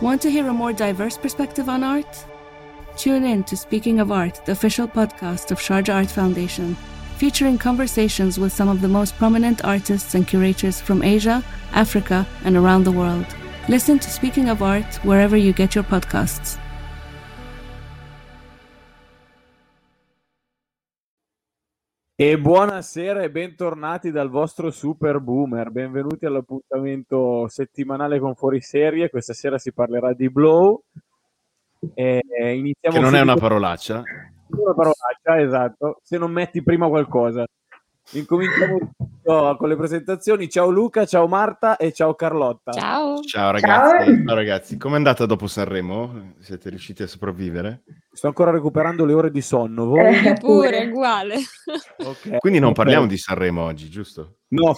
Want to hear a more diverse perspective on art? Tune in to Speaking of Art, the official podcast of Sharjah Art Foundation, featuring conversations with some of the most prominent artists and curators from Asia, Africa, and around the world. Listen to Speaking of Art wherever you get your podcasts. E buonasera e bentornati dal vostro Super Boomer. Benvenuti all'appuntamento settimanale con Fuoriserie. Questa sera si parlerà di Blow. Iniziamo che non è una subito. parolaccia. Una parolaccia, esatto. Se non metti prima qualcosa. Incominciamo con le presentazioni. Ciao Luca, ciao Marta e ciao Carlotta. Ciao ragazzi. Ciao ragazzi. Com'è andata dopo Sanremo? Siete riusciti a sopravvivere? Sto ancora recuperando le ore di sonno. Voi? Io pure, uguale. Okay. Quindi non parliamo di Sanremo oggi, giusto? No,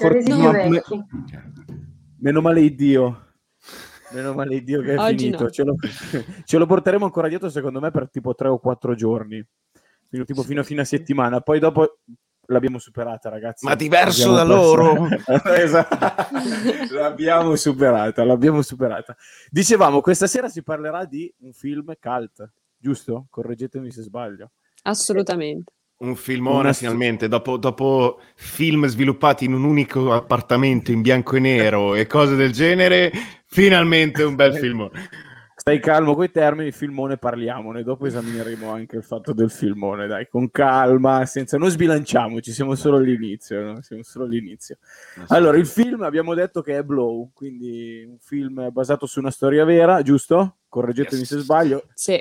meno male Dio. Meno male Dio che è oggi finito. No. Ce lo porteremo ancora dietro, secondo me, per tipo 3 o 4 giorni. Tipo fino a fine settimana. Poi dopo l'abbiamo superata, ragazzi. Ma diverso da loro. Esatto. L'abbiamo superata. Dicevamo, questa sera si parlerà di un film cult, giusto? Correggetemi se sbaglio. Assolutamente. Un filmone finalmente, dopo film sviluppati in un unico appartamento in bianco e nero e cose del genere, finalmente un bel filmone. Stai calmo coi termini, filmone parliamone, dopo esamineremo anche il fatto del filmone, dai, con calma, non sbilanciamoci, siamo solo all'inizio, no? Allora, il film abbiamo detto che è Blow, quindi un film basato su una storia vera, giusto? Correggetemi se sbaglio. Sì.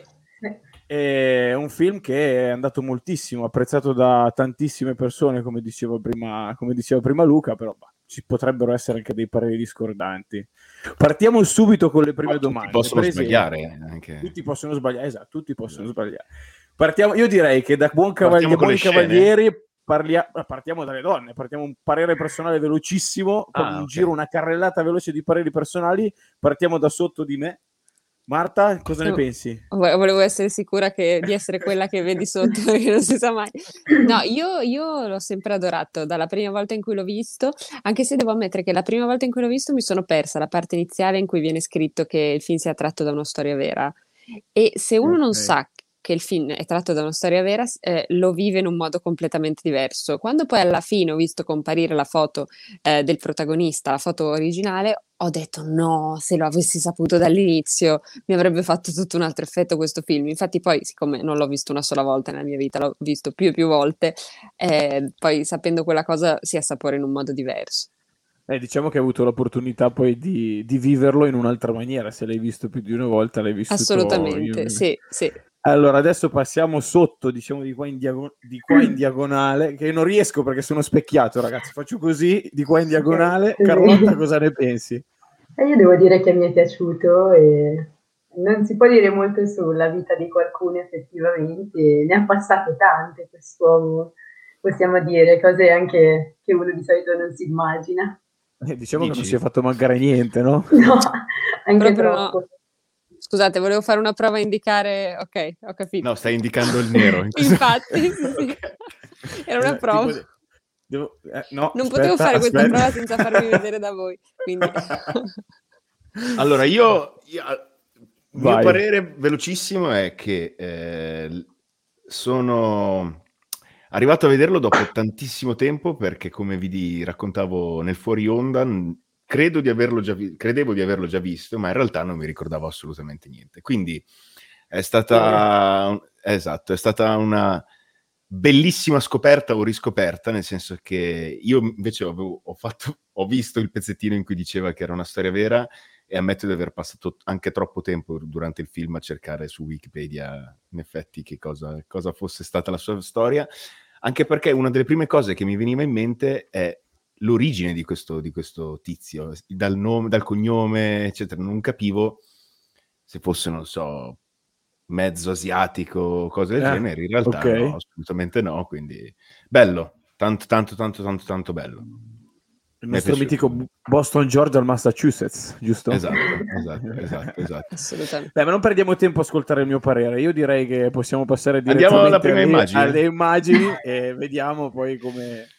È un film che è andato moltissimo, apprezzato da tantissime persone, come diceva prima Luca, però ci potrebbero essere anche dei pareri discordanti. Partiamo subito con le prime domande. Tutti possono sbagliare anche. Tutti possono sbagliare, esatto, tutti possono sbagliare. Io direi che da buoni cavalieri partiamo dalle donne, partiamo un parere personale velocissimo, un giro, una carrellata veloce di pareri personali, partiamo da sotto di me. Marta, cosa ne pensi? Volevo essere sicura di essere quella che vedi sotto, perché non si sa mai. No, io l'ho sempre adorato dalla prima volta in cui l'ho visto, anche se devo ammettere che la prima volta in cui l'ho visto mi sono persa la parte iniziale in cui viene scritto che il film sia tratto da una storia vera. E se uno non sa che il film è tratto da una storia vera, lo vive in un modo completamente diverso. Quando poi alla fine ho visto comparire la foto del protagonista, la foto originale, ho detto no, se lo avessi saputo dall'inizio mi avrebbe fatto tutto un altro effetto questo film. Infatti poi, siccome non l'ho visto una sola volta nella mia vita, l'ho visto più e più volte, poi sapendo quella cosa si assapora in un modo diverso. Diciamo che hai avuto l'opportunità poi di viverlo in un'altra maniera. Se l'hai visto più di una volta, l'hai vissuto. Assolutamente, sì. Allora, adesso passiamo sotto, diciamo di qua in diagonale, che non riesco perché sono specchiato, ragazzi. Faccio così, di qua in diagonale. Carlotta, cosa ne pensi? Io devo dire che mi è piaciuto e non si può dire molto sulla vita di qualcuno effettivamente. Ne ha passate tante quest'uomo, possiamo dire, cose anche che uno di solito non si immagina. Diciamo che non si è fatto mancare niente, no? No, anche proprio troppo. No. Scusate, volevo fare una prova a indicare. Ok, ho capito. No, stai indicando il nero. Infatti, sì. Era una prova. Potevo fare questa prova senza farmi vedere da voi. Quindi. Allora, il mio parere velocissimo è che sono arrivato a vederlo dopo tantissimo tempo perché, come vi raccontavo nel fuori onda, credevo di averlo già visto, ma in realtà non mi ricordavo assolutamente niente. Quindi è stata una bellissima scoperta o riscoperta, nel senso che io invece ho visto il pezzettino in cui diceva che era una storia vera e ammetto di aver passato anche troppo tempo durante il film a cercare su Wikipedia in effetti che cosa fosse stata la sua storia, anche perché una delle prime cose che mi veniva in mente è l'origine di questo tizio, dal nome, dal cognome, eccetera. Non capivo se fosse, non so, mezzo asiatico, cose del genere. In realtà no, assolutamente no, quindi bello, tanto bello. Il nostro mitico Boston George al Massachusetts, giusto? Esatto. Assolutamente. Ma non perdiamo tempo a ascoltare il mio parere. Io direi che possiamo passare direttamente alle immagini e vediamo poi come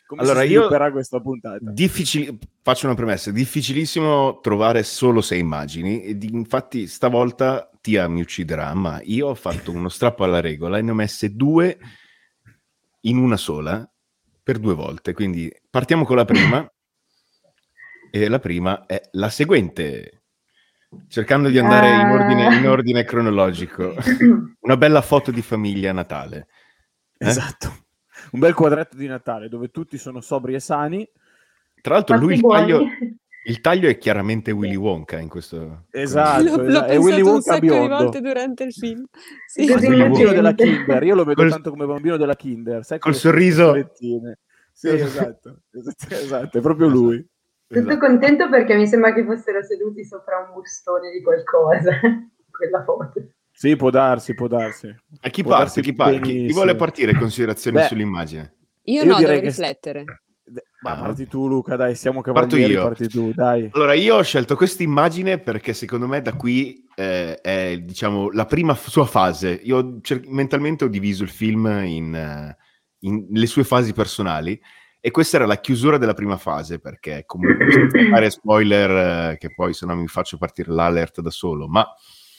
come allora, si svilupperà questa puntata. Faccio una premessa, difficilissimo trovare solo 6 immagini, e infatti stavolta Tia mi ucciderà, ma io ho fatto uno strappo alla regola e ne ho messe 2 in una sola per 2 volte, quindi partiamo con la prima e la prima è la seguente, cercando di andare in ordine cronologico. Una bella foto di famiglia a Natale. Esatto, un bel quadretto di Natale dove tutti sono sobri e sani. Tra l'altro lui Fatti il taglio è chiaramente Willy Wonka in questo. Esatto, L'ho è Willy pensato un Wonka sacco di biondo. volte durante il film. Sì. Così Il bambino della innocente. Kinder, io lo vedo tanto come bambino della Kinder, sai, Col con le sorriso. sciocciolettine. Sì, esatto, è proprio lui. Tutto contento perché mi sembra che fossero seduti sopra un bustone di qualcosa, quella foto. Sì, può darsi. A chi Può parte? darsi Chi benissimo. vuole partire? Considerazioni Beh, sull'immagine? Io io no, direi devo che riflettere. Ma parti tu, Luca, dai, siamo Parto cavalieri, io. parti tu, dai. Allora, io ho scelto questa immagine perché secondo me da qui è, diciamo, la prima sua fase. Io mentalmente ho diviso il film in le sue fasi personali e questa era la chiusura della prima fase, perché comunque senza fare spoiler, che poi se no mi faccio partire l'alert da solo, ma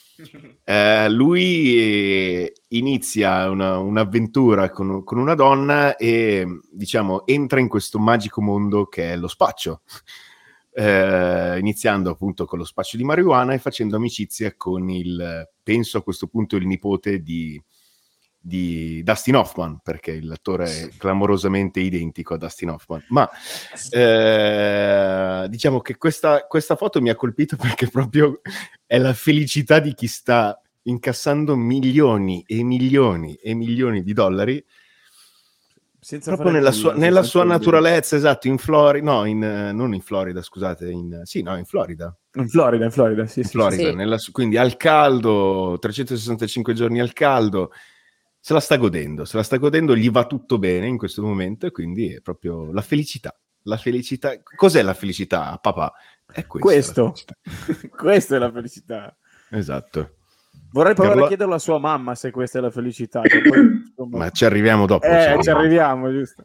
lui inizia un'avventura con una donna e, diciamo, entra in questo magico mondo che è lo spaccio, iniziando appunto con lo spaccio di marijuana e facendo amicizia con penso a questo punto il nipote di Dustin Hoffman, perché l'attore è clamorosamente identico a Dustin Hoffman, ma diciamo che questa foto mi ha colpito perché proprio è la felicità di chi sta incassando milioni e milioni e milioni di dollari Senza proprio fare nella sua naturalezza, esatto, in Florida, no, non in Florida, scusate, in Florida. In Florida, sì. In Florida, Sì. quindi al caldo, 365 giorni al caldo, se la sta godendo, gli va tutto bene in questo momento e quindi è proprio la felicità. La felicità, cos'è la felicità, papà? È Questo. Questa è la felicità. Esatto. Vorrei provare a chiederlo a sua mamma se questa è la felicità. Poi, insomma... Ma ci arriviamo dopo. Ci arriviamo, giusto.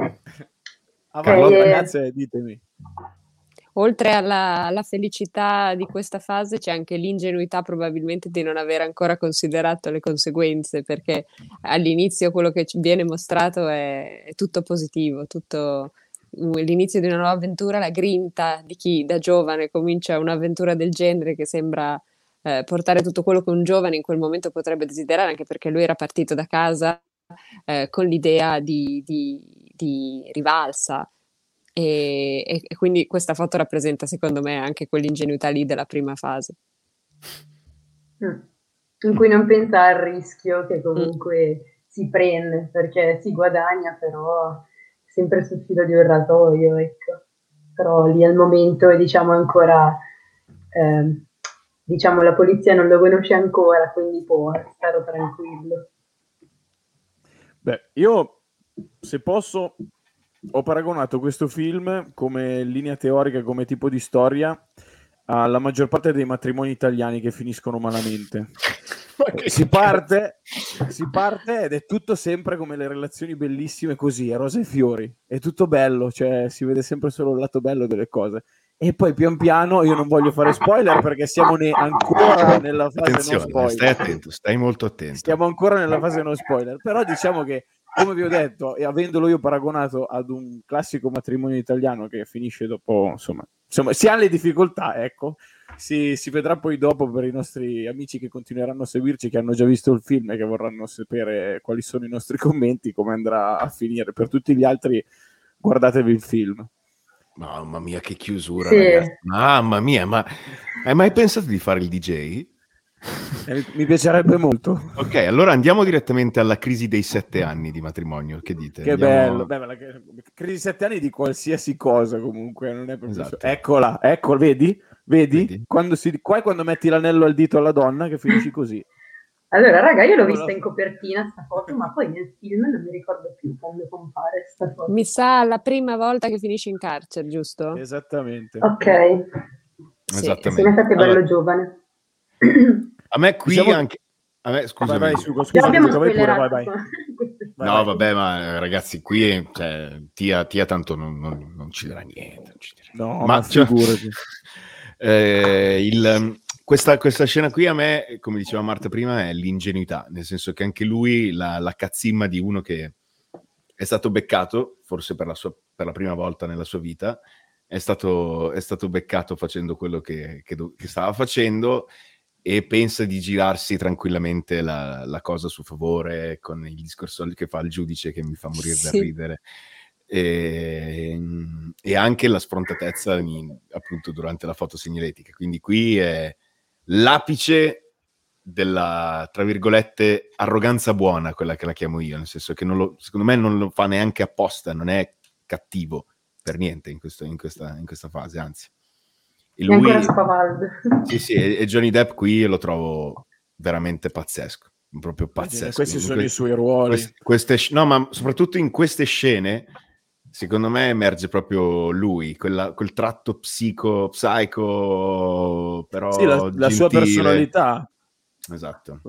Ragazze, ditemi. Oltre alla felicità di questa fase c'è anche l'ingenuità probabilmente di non aver ancora considerato le conseguenze, perché all'inizio quello che ci viene mostrato è tutto positivo, tutto l'inizio di una nuova avventura, la grinta di chi da giovane comincia un'avventura del genere che sembra portare tutto quello che un giovane in quel momento potrebbe desiderare, anche perché lui era partito da casa con l'idea di rivalsa. E quindi questa foto rappresenta secondo me anche quell'ingenuità lì della prima fase in cui non pensa al rischio che comunque si prende, perché si guadagna però sempre sul filo di un rasoio, ecco. Però lì al momento diciamo ancora diciamo la polizia non lo conosce ancora, quindi può stare tranquillo. Beh, io se posso ho paragonato questo film come linea teorica, come tipo di storia, alla maggior parte dei matrimoni italiani che finiscono malamente. Si parte ed è tutto sempre come le relazioni bellissime così, rose e fiori, è tutto bello, cioè si vede sempre solo il lato bello delle cose. E poi pian piano, io non voglio fare spoiler perché siamo ancora nella fase Attenzione, no spoiler. Stai attento, stai molto attento. Siamo ancora nella fase no spoiler, però diciamo che, come vi ho detto, e avendolo io paragonato ad un classico matrimonio italiano che finisce dopo, insomma si hanno le difficoltà, ecco, si vedrà poi dopo per i nostri amici che continueranno a seguirci, che hanno già visto il film e che vorranno sapere quali sono i nostri commenti, come andrà a finire. Per tutti gli altri, guardatevi il film. Mamma mia, che chiusura, sì. Ragazzi. Mamma mia, ma hai mai pensato di fare il DJ? Mi piacerebbe molto. Ok, allora andiamo direttamente alla crisi dei 7 anni di matrimonio. Che dite? Che bello. Beh, la crisi di 7 anni di qualsiasi cosa, comunque, non è proprio. Esatto. Eccola, vedi? Quando metti l'anello al dito alla donna, che finisci così. Allora, raga, io l'ho vista in copertina sta foto, ma poi nel film non mi ricordo più quando compare sta foto. Mi sa la prima volta che finisce in carcere, giusto? Esattamente. Ok. Esattamente. Sì, infatti è bello giovane. A me qui anche... A me, scusami. Vai, abbiamo spoilerato. vai. No, vabbè, ma ragazzi, qui cioè, Tia tanto non ci dirà niente. No, ma figurati. Questa scena qui a me, come diceva Marta prima, è l'ingenuità, nel senso che anche lui, la cazzimma di uno che è stato beccato, forse per la prima volta nella sua vita, è stato beccato facendo quello che stava facendo, e pensa di girarsi tranquillamente la cosa a suo favore con il discorso che fa il giudice, che mi fa morire da ridere, e anche la sfrontatezza appunto durante la fotosegnaletica. Quindi qui è l'apice della, tra virgolette, arroganza buona, quella che la chiamo io, nel senso che secondo me non lo fa neanche apposta, non è cattivo per niente in questa fase, anzi. E lui, ancora spavaldo. Sì, e Johnny Depp qui lo trovo veramente pazzesco, proprio pazzesco. Questi sono i suoi ruoli. No, ma soprattutto in queste scene, secondo me emerge proprio lui, quel tratto psycho, però sì, la sua personalità. Esatto.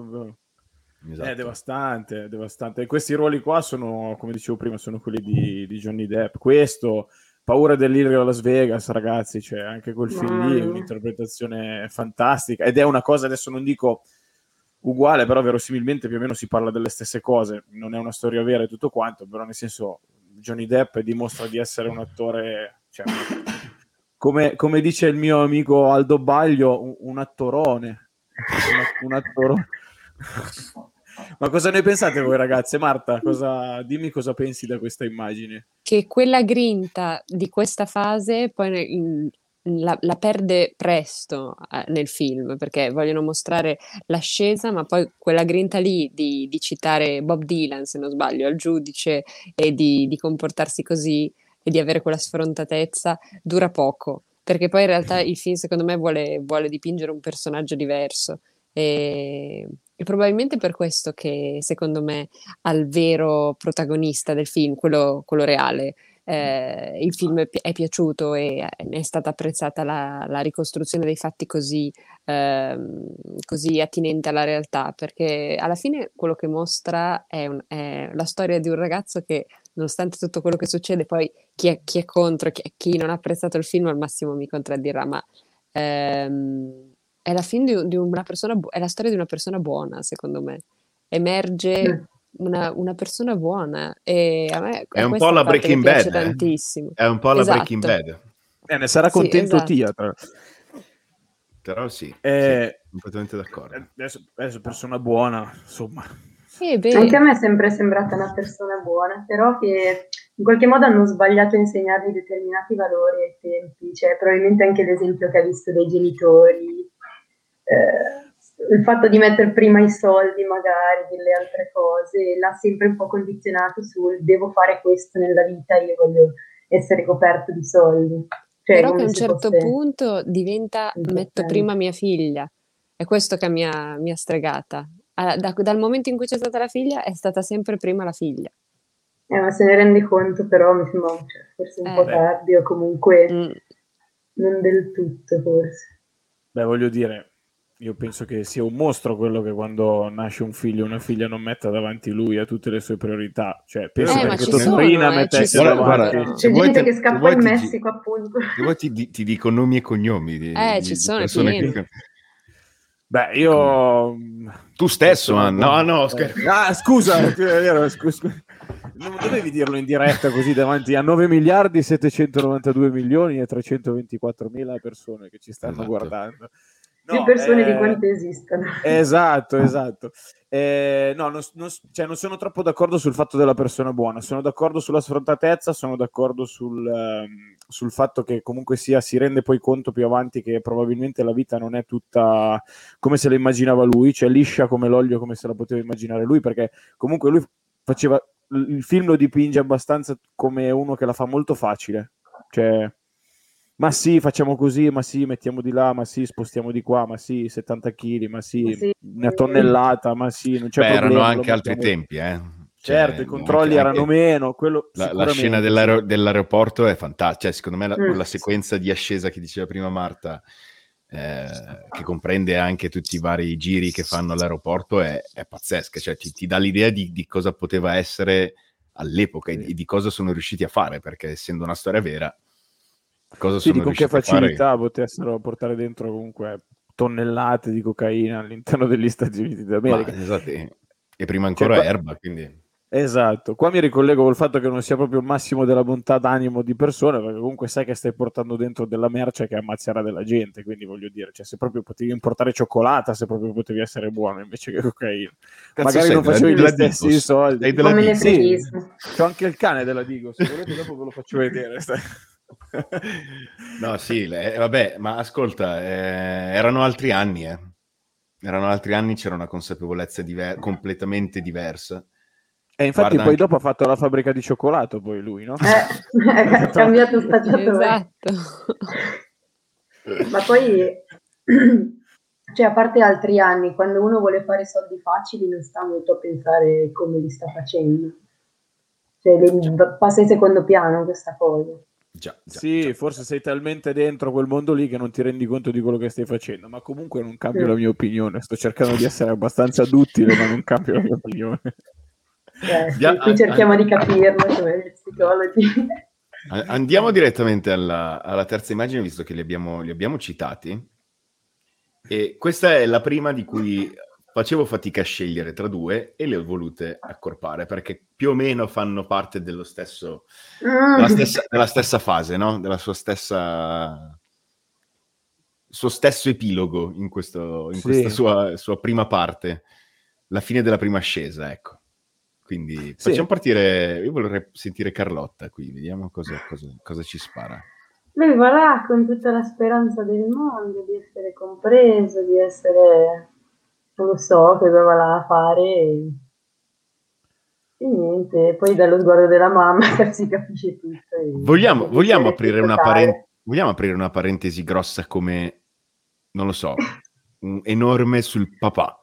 È devastante. E questi ruoli qua sono, come dicevo prima, sono quelli di Johnny Depp. Questo... Paura dell'Ilrio a Las Vegas, ragazzi, cioè anche quel film lì è un'interpretazione fantastica, ed è una cosa, adesso non dico uguale, però verosimilmente più o meno si parla delle stesse cose, non è una storia vera e tutto quanto, però nel senso Johnny Depp dimostra di essere un attore, cioè, come dice il mio amico Aldo Baglio, un attorone. Un attorone. Ma cosa ne pensate voi, ragazze? Marta, dimmi cosa pensi da questa immagine. Che quella grinta di questa fase poi la perde presto nel film, perché vogliono mostrare l'ascesa, ma poi quella grinta lì di citare Bob Dylan, se non sbaglio, al giudice, e di comportarsi così e di avere quella sfrontatezza dura poco, perché poi in realtà il film secondo me vuole dipingere un personaggio diverso, e probabilmente per questo che secondo me al vero protagonista del film, quello reale, il film è piaciuto e è stata apprezzata la ricostruzione dei fatti così attinente alla realtà, perché alla fine quello che mostra è la storia di un ragazzo che, nonostante tutto quello che succede, poi chi è contro, chi non ha apprezzato il film al massimo mi contraddirà, ma è la fine di una persona, è la storia di una persona buona, secondo me. Emerge una persona buona, e a me è un po' la Breaking Bad, tantissimo. È un po' la Breaking Bad. Ne sarà contento, esatto. Tia. Però sì, completamente d'accordo. Adesso persona buona, insomma. Anche a me è sempre sembrata una persona buona, però che in qualche modo hanno sbagliato a insegnargli determinati valori ai tempi, cioè probabilmente anche l'esempio che ha visto dai genitori, il fatto di mettere prima i soldi magari delle altre cose, l'ha sempre un po' condizionato sul devo fare questo nella vita, io voglio essere coperto di soldi. Cioè, però che a un certo punto diventa metto prima mia figlia, è questo che mi ha stregata. Dal momento in cui c'è stata la figlia è stata sempre prima la figlia. Ma se ne rendi conto, però mi sembra forse un po' tardi, o comunque non del tutto forse. Beh, voglio dire, io penso che sia un mostro quello che quando nasce un figlio o una figlia non metta davanti lui a tutte le sue priorità, cioè penso che Totorina mettesse davanti. C'è gente che scappa in Messico, appunto. Se vuoi ti dico nomi e cognomi ci sono persone che... Beh, io... Tu stesso, man. No, scherzo. Scusa, è vero, scusa. Non dovevi dirlo in diretta così davanti a 9 miliardi 792 milioni e 324 mila persone che ci stanno guardando. Più persone di quante esistono. Esatto. Non sono troppo d'accordo sul fatto della persona buona, sono d'accordo sulla sfrontatezza, sono d'accordo sul fatto che comunque si rende poi conto più avanti che probabilmente la vita non è tutta come se la immaginava lui, cioè liscia come l'olio, come se la poteva immaginare lui, perché comunque lui faceva, il film lo dipinge abbastanza come uno che la fa molto facile, cioè ma sì, facciamo così, ma sì, mettiamo di là, ma sì, spostiamo di qua, ma sì, 70 kg, ma sì, una tonnellata, ma sì, non c'è problema. Erano anche altri tempi, Certo, i controlli erano meno. La scena dell'aeroporto è fantastica, cioè, secondo me la sequenza di ascesa che diceva prima Marta che comprende anche tutti i vari giri che fanno all'aeroporto, è pazzesca, cioè ti dà l'idea di cosa poteva essere all'epoca e di cosa sono riusciti a fare, perché essendo una storia vera, cosa sono con che riusciti a fare? facilità potessero portare dentro comunque tonnellate di cocaina all'interno degli Stati Uniti d'America. Esatto, e prima ancora erba, quindi... Esatto, qua mi ricollego col fatto che non sia proprio il massimo della bontà d'animo di persone, perché comunque sai che stai portando dentro della merce che ammazzerà della gente, quindi voglio dire, cioè, se proprio potevi importare cioccolata, se proprio potevi essere buono invece che cocaina, magari non facevi gli stessi soldi. Come ne sì, c'ho anche il cane della Digo, se volete dopo ve lo faccio vedere. No, sì, vabbè, ma ascolta, erano altri anni, erano altri anni, c'era una consapevolezza completamente diversa. E infatti poi dopo ha fatto la fabbrica di cioccolato, poi lui, no? Ha cambiato spacciatore. Esatto. Ma poi, cioè, a parte altri anni, quando uno vuole fare soldi facili non sta molto a pensare come li sta facendo. Cioè, passa in secondo piano questa cosa. Già. Forse sei talmente dentro quel mondo lì che non ti rendi conto di quello che stai facendo, ma comunque non cambio la mia opinione. Sto cercando di essere abbastanza duttile, ma non cambio la mia opinione. Qui cerchiamo di capirlo come gli psicologi. Andiamo direttamente alla terza immagine, visto che li abbiamo citati, e questa è la prima di cui facevo fatica a scegliere tra due e le ho volute accorpare perché più o meno fanno parte dello stesso della stessa fase, no? Della suo stesso epilogo in questa sua prima parte, la fine della prima ascesa, ecco. Quindi facciamo partire, io vorrei sentire Carlotta qui, vediamo cosa ci spara. Lui va là con tutta la speranza del mondo, di essere compreso, di essere, non lo so, cosa va là a fare e niente, poi dallo sguardo della mamma si capisce tutto. Vogliamo aprire una parentesi grossa come, non lo so, un enorme sul papà.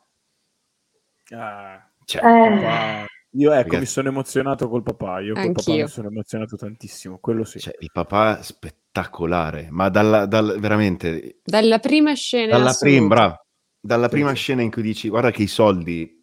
Papà. Io Ragazzi, mi sono emozionato col papà, col papà mi sono emozionato tantissimo, quello sì. Cioè, il papà spettacolare, ma veramente... Dalla prima scena dalla prima scena in cui dici, guarda che i soldi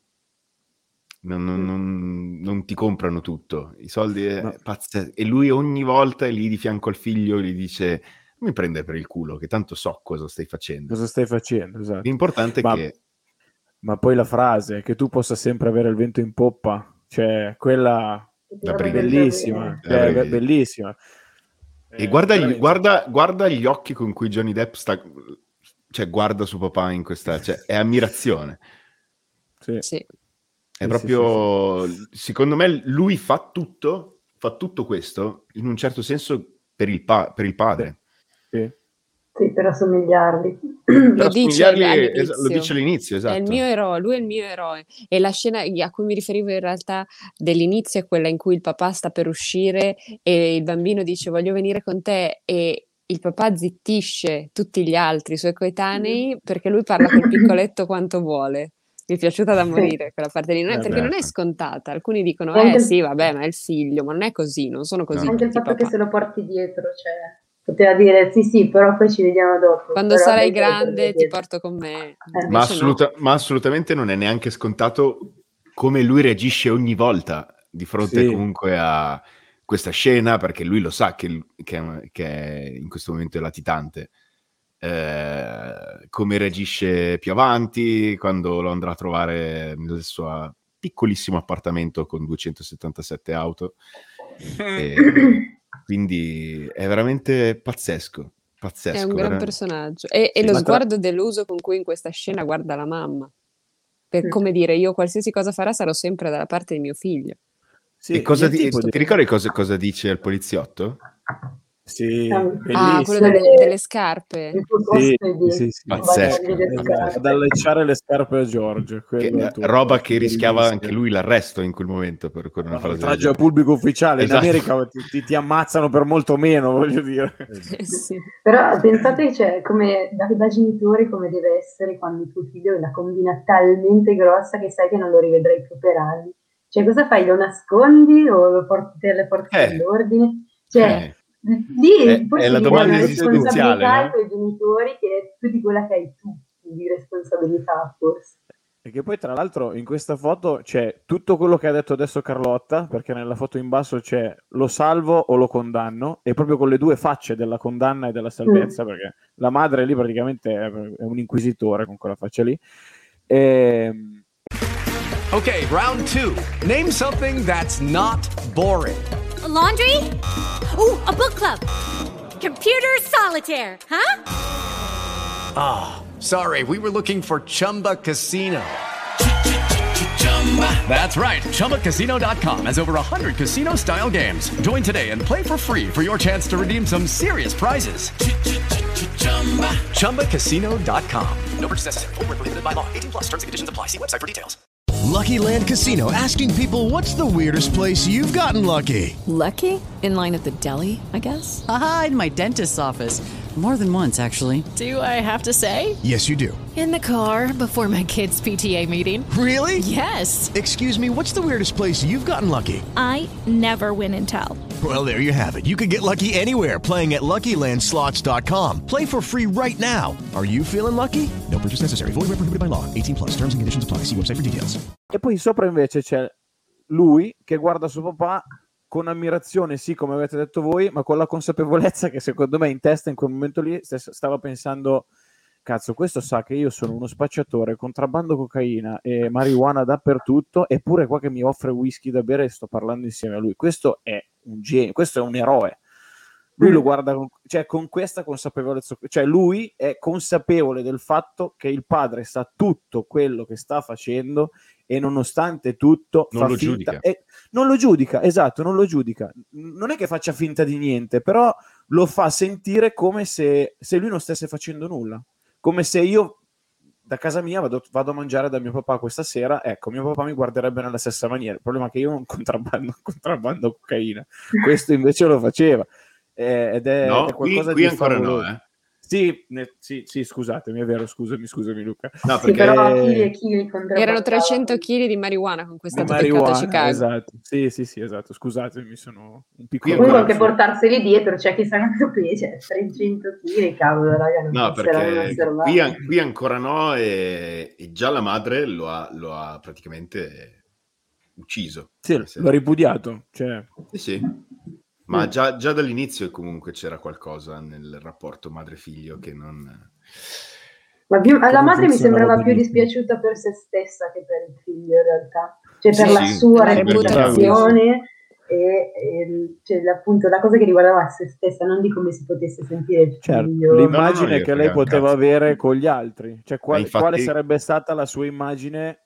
non ti comprano tutto, i soldi è pazzesco. E lui ogni volta è lì di fianco al figlio, gli dice, non mi prende per il culo, che tanto so cosa stai facendo. Esatto. L'importante è che... Ma poi la frase, che tu possa sempre avere il vento in poppa, cioè quella bellissima, bellissima. E guarda gli occhi con cui Johnny Depp guarda suo papà in questa, è ammirazione. Sì. È proprio, secondo me, lui fa tutto questo in un certo senso per il padre. Sì, per assomigliarli. Lo dice all'inizio, esatto. È il mio eroe, lui è il mio eroe. E la scena a cui mi riferivo in realtà dell'inizio è quella in cui il papà sta per uscire e il bambino dice voglio venire con te e il papà zittisce tutti gli altri, i suoi coetanei, perché lui parla col piccoletto quanto vuole. Mi è piaciuta da morire quella parte lì, perché non è scontata. Alcuni dicono, sì, vabbè, ma è il figlio, ma non è così, non sono così. Anche il fatto che se lo porti dietro, cioè... Poteva dire sì, però poi ci vediamo dopo. Quando sarai grande ti porto con me. Ma assolutamente non è neanche scontato come lui reagisce ogni volta di fronte comunque a questa scena, perché lui lo sa che è in questo momento è latitante. Come reagisce più avanti, quando lo andrà a trovare nel suo piccolissimo appartamento con 277 auto. Quindi è veramente pazzesco. È un gran personaggio. E lo sguardo deluso con cui in questa scena guarda la mamma. Per come dire, io qualsiasi cosa farà sarò sempre dalla parte di mio figlio. Sì, e ti ricordi cosa dice al poliziotto? Sì, quello delle scarpe. Sì. Pazzesco. Ad allacciare le scarpe a George. Roba che rischiava anche lui l'arresto in quel momento per una frase. Oltraggio al pubblico ufficiale, esatto. In America ti ammazzano per molto meno, voglio dire. Sì. Però pensate, cioè, come da genitori come deve essere quando il tuo figlio è una combina talmente grossa che sai che non lo rivedrai più per anni. Cioè, cosa fai? Lo nascondi o lo porti alle forze dell'ordine? Cioè, Lì forse è la gli domanda danno esistenziale, responsabilità ai no? tuoi genitori, che è più di quella che hai tu di responsabilità, forse. E che poi tra l'altro in questa foto c'è tutto quello che ha detto adesso Carlotta, perché nella foto in basso c'è lo salvo o lo condanno, e proprio con le due facce della condanna e della salvezza, perché la madre lì praticamente è un inquisitore con quella faccia lì. Okay, round 2. Name something that's not boring. A laundry? Ooh, a book club. Computer solitaire, huh? Sorry, we were looking for Chumba Casino. That's right. ChumbaCasino.com has over 100 casino-style games. Join today and play for free for your chance to redeem some serious prizes. ChumbaCasino.com. No purchase necessary. Void where prohibited by law. 18+ terms and conditions apply. See website for details. Lucky Land Casino, asking people, what's the weirdest place you've gotten lucky? Lucky? In line at the deli, I guess? Aha, in my dentist's office. More than once, actually. Do I have to say? Yes, you do. In the car before my kids' PTA meeting. Really? Yes. Excuse me, what's the weirdest place you've gotten lucky? I never win and tell. Well, there you have it. You can get lucky anywhere, playing at LuckyLandSlots.com. Play for free right now. Are you feeling lucky? No purchase necessary. Void where prohibited by law. 18+. Terms and conditions apply. See website for details. E poi sopra invece c'è lui che guarda suo papà con ammirazione, sì, come avete detto voi, ma con la consapevolezza che secondo me in testa in quel momento lì stava pensando: cazzo, questo sa che io sono uno spacciatore, contrabbando cocaina e marijuana dappertutto, eppure qua che mi offre whisky da bere sto parlando insieme a lui. Questo è un genio, questo è un eroe. Lui lo guarda con questa consapevolezza, cioè lui è consapevole del fatto che il padre sa tutto quello che sta facendo e nonostante tutto non fa lo finta, giudica. Non lo giudica, esatto, non lo giudica. Non è che faccia finta di niente, però lo fa sentire come se lui non stesse facendo nulla. Come se io da casa mia vado a mangiare da mio papà questa sera, ecco, mio papà mi guarderebbe nella stessa maniera. Il problema è che io non contrabbando cocaina. Questo invece lo faceva. Ed è qualcosa qui di ancora favoloso. no, Sì, scusatemi, è vero, scusami Luca. No, Sì, però chili e chili Erano 300 kg di marijuana con cui è stato beccato a Chicago. Esatto. Sì, esatto. Scusatemi, mi sono un piccolo. Comunque anche portarseli dietro, c'è chi sa quanto pesa, 300 kg, cavolo, raga. No, perché qui ancora no, e già la madre lo ha praticamente ucciso. Sì, l'ho ripudiato. Cioè. Sì. Ma già dall'inizio comunque c'era qualcosa nel rapporto madre-figlio che non... Ma alla madre mi sembrava più dispiaciuta per se stessa che per il figlio in realtà, cioè per la sua reputazione e cioè, appunto la cosa che riguardava se stessa, non di come si potesse sentire il figlio. L'immagine che lei poteva avere con gli altri, cioè quale sarebbe stata la sua immagine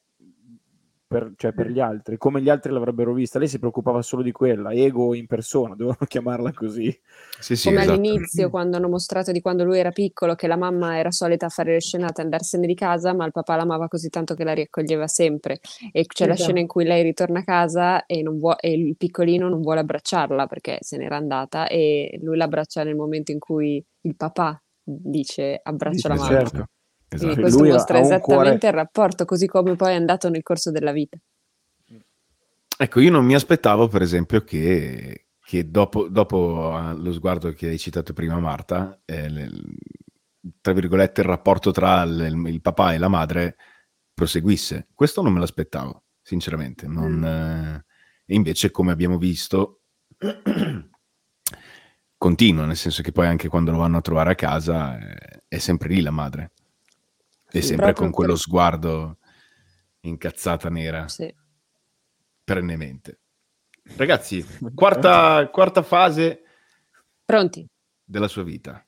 per gli altri, come gli altri l'avrebbero vista. Lei si preoccupava solo di quella, ego in persona, dovevano chiamarla così. Sì, come esatto. All'inizio, quando hanno mostrato di quando lui era piccolo, che la mamma era solita a fare le scenate e andarsene di casa, ma il papà l'amava così tanto che la riaccoglieva sempre, e c'è la scena in cui lei ritorna a casa e il piccolino non vuole abbracciarla perché se n'era andata, e lui l'abbraccia nel momento in cui il papà dice abbraccia la mamma. Certo. Esatto. Quindi questo mostra esattamente il rapporto, così come poi è andato nel corso della vita. Ecco, io non mi aspettavo, per esempio, che dopo lo sguardo che hai citato prima, Marta, tra virgolette, il rapporto tra il papà e la madre proseguisse. Questo non me l'aspettavo, sinceramente. E invece, come abbiamo visto, continua, nel senso che poi anche quando lo vanno a trovare a casa è sempre lì la madre. E sempre con quello sguardo incazzata nera. Sì. Perennemente. Ragazzi, quarta fase. Pronti? Della sua vita.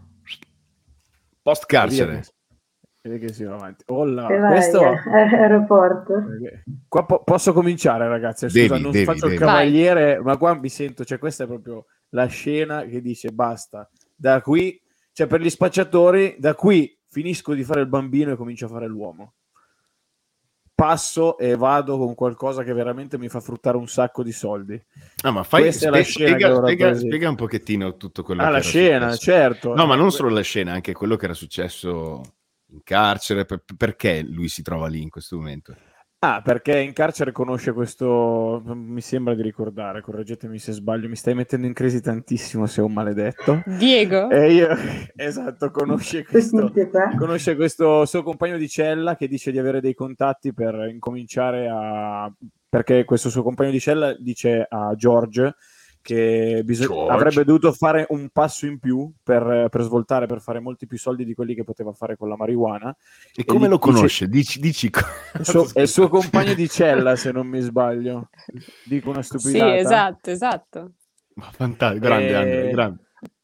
Post carcere. Vedi che si va avanti. Questo aeroporto. Qua posso cominciare, ragazzi? Scusa, non faccio il cavaliere, ma qua mi sento, cioè questa è proprio la scena che dice basta. Da qui, cioè per gli spacciatori, da qui finisco di fare il bambino e comincio a fare l'uomo. Passo e vado con qualcosa che veramente mi fa fruttare un sacco di soldi. No, ma spiega un pochettino tutto quello che la scena, successo. Certo. No, ma non solo la scena, anche quello che era successo in carcere, perché lui si trova lì in questo momento. Ah, perché in carcere conosce questo, mi sembra di ricordare, correggetemi se sbaglio, mi stai mettendo in crisi tantissimo, sei un maledetto. Diego? E io, esatto, conosce questo suo compagno di cella che dice di avere dei contatti per incominciare perché questo suo compagno di cella dice a George che avrebbe dovuto fare un passo in più per svoltare, per fare molti più soldi di quelli che poteva fare con la marijuana. E come lo conosce? Dici. È il suo compagno di cella, se non mi sbaglio. Dico una stupidata. Sì, esatto. Fantastico, grande Andrea, grande.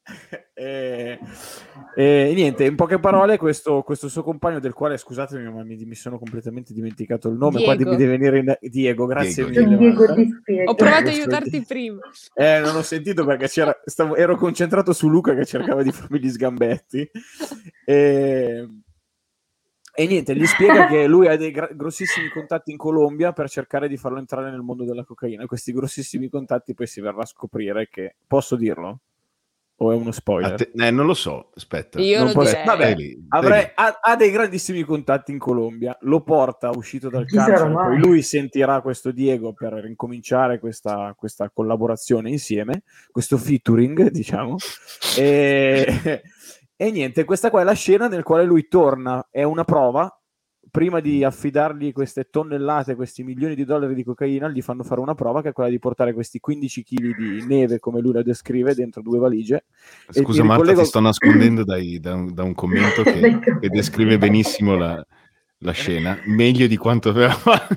E niente, in poche parole, questo suo compagno, del quale, scusatemi, ma mi sono completamente dimenticato il nome. Diego. Qua mi deve venire Diego, grazie mille. Ho provato a aiutarti prima. Non ho sentito perché ero concentrato su Luca che cercava di farmi gli sgambetti. E niente, gli spiega che lui ha dei grossissimi contatti in Colombia per cercare di farlo entrare nel mondo della cocaina. Questi grossissimi contatti poi si verrà a scoprire che... Posso dirlo? O è uno spoiler? Non lo so, aspetta. Io non lo direi. Vabbè, ha dei grandissimi contatti in Colombia, lo porta uscito dal carcere, poi lui sentirà questo Diego per ricominciare questa collaborazione insieme, questo featuring, diciamo. E niente, questa qua è la scena nel quale lui torna, è una prova. Prima di affidargli queste tonnellate, questi milioni di dollari di cocaina, gli fanno fare una prova che è quella di portare questi 15 kg di neve, come lui la descrive, dentro 2 valigie. Scusa Marta, ti sto nascondendo da un commento che descrive benissimo la scena, meglio di quanto aveva fatto.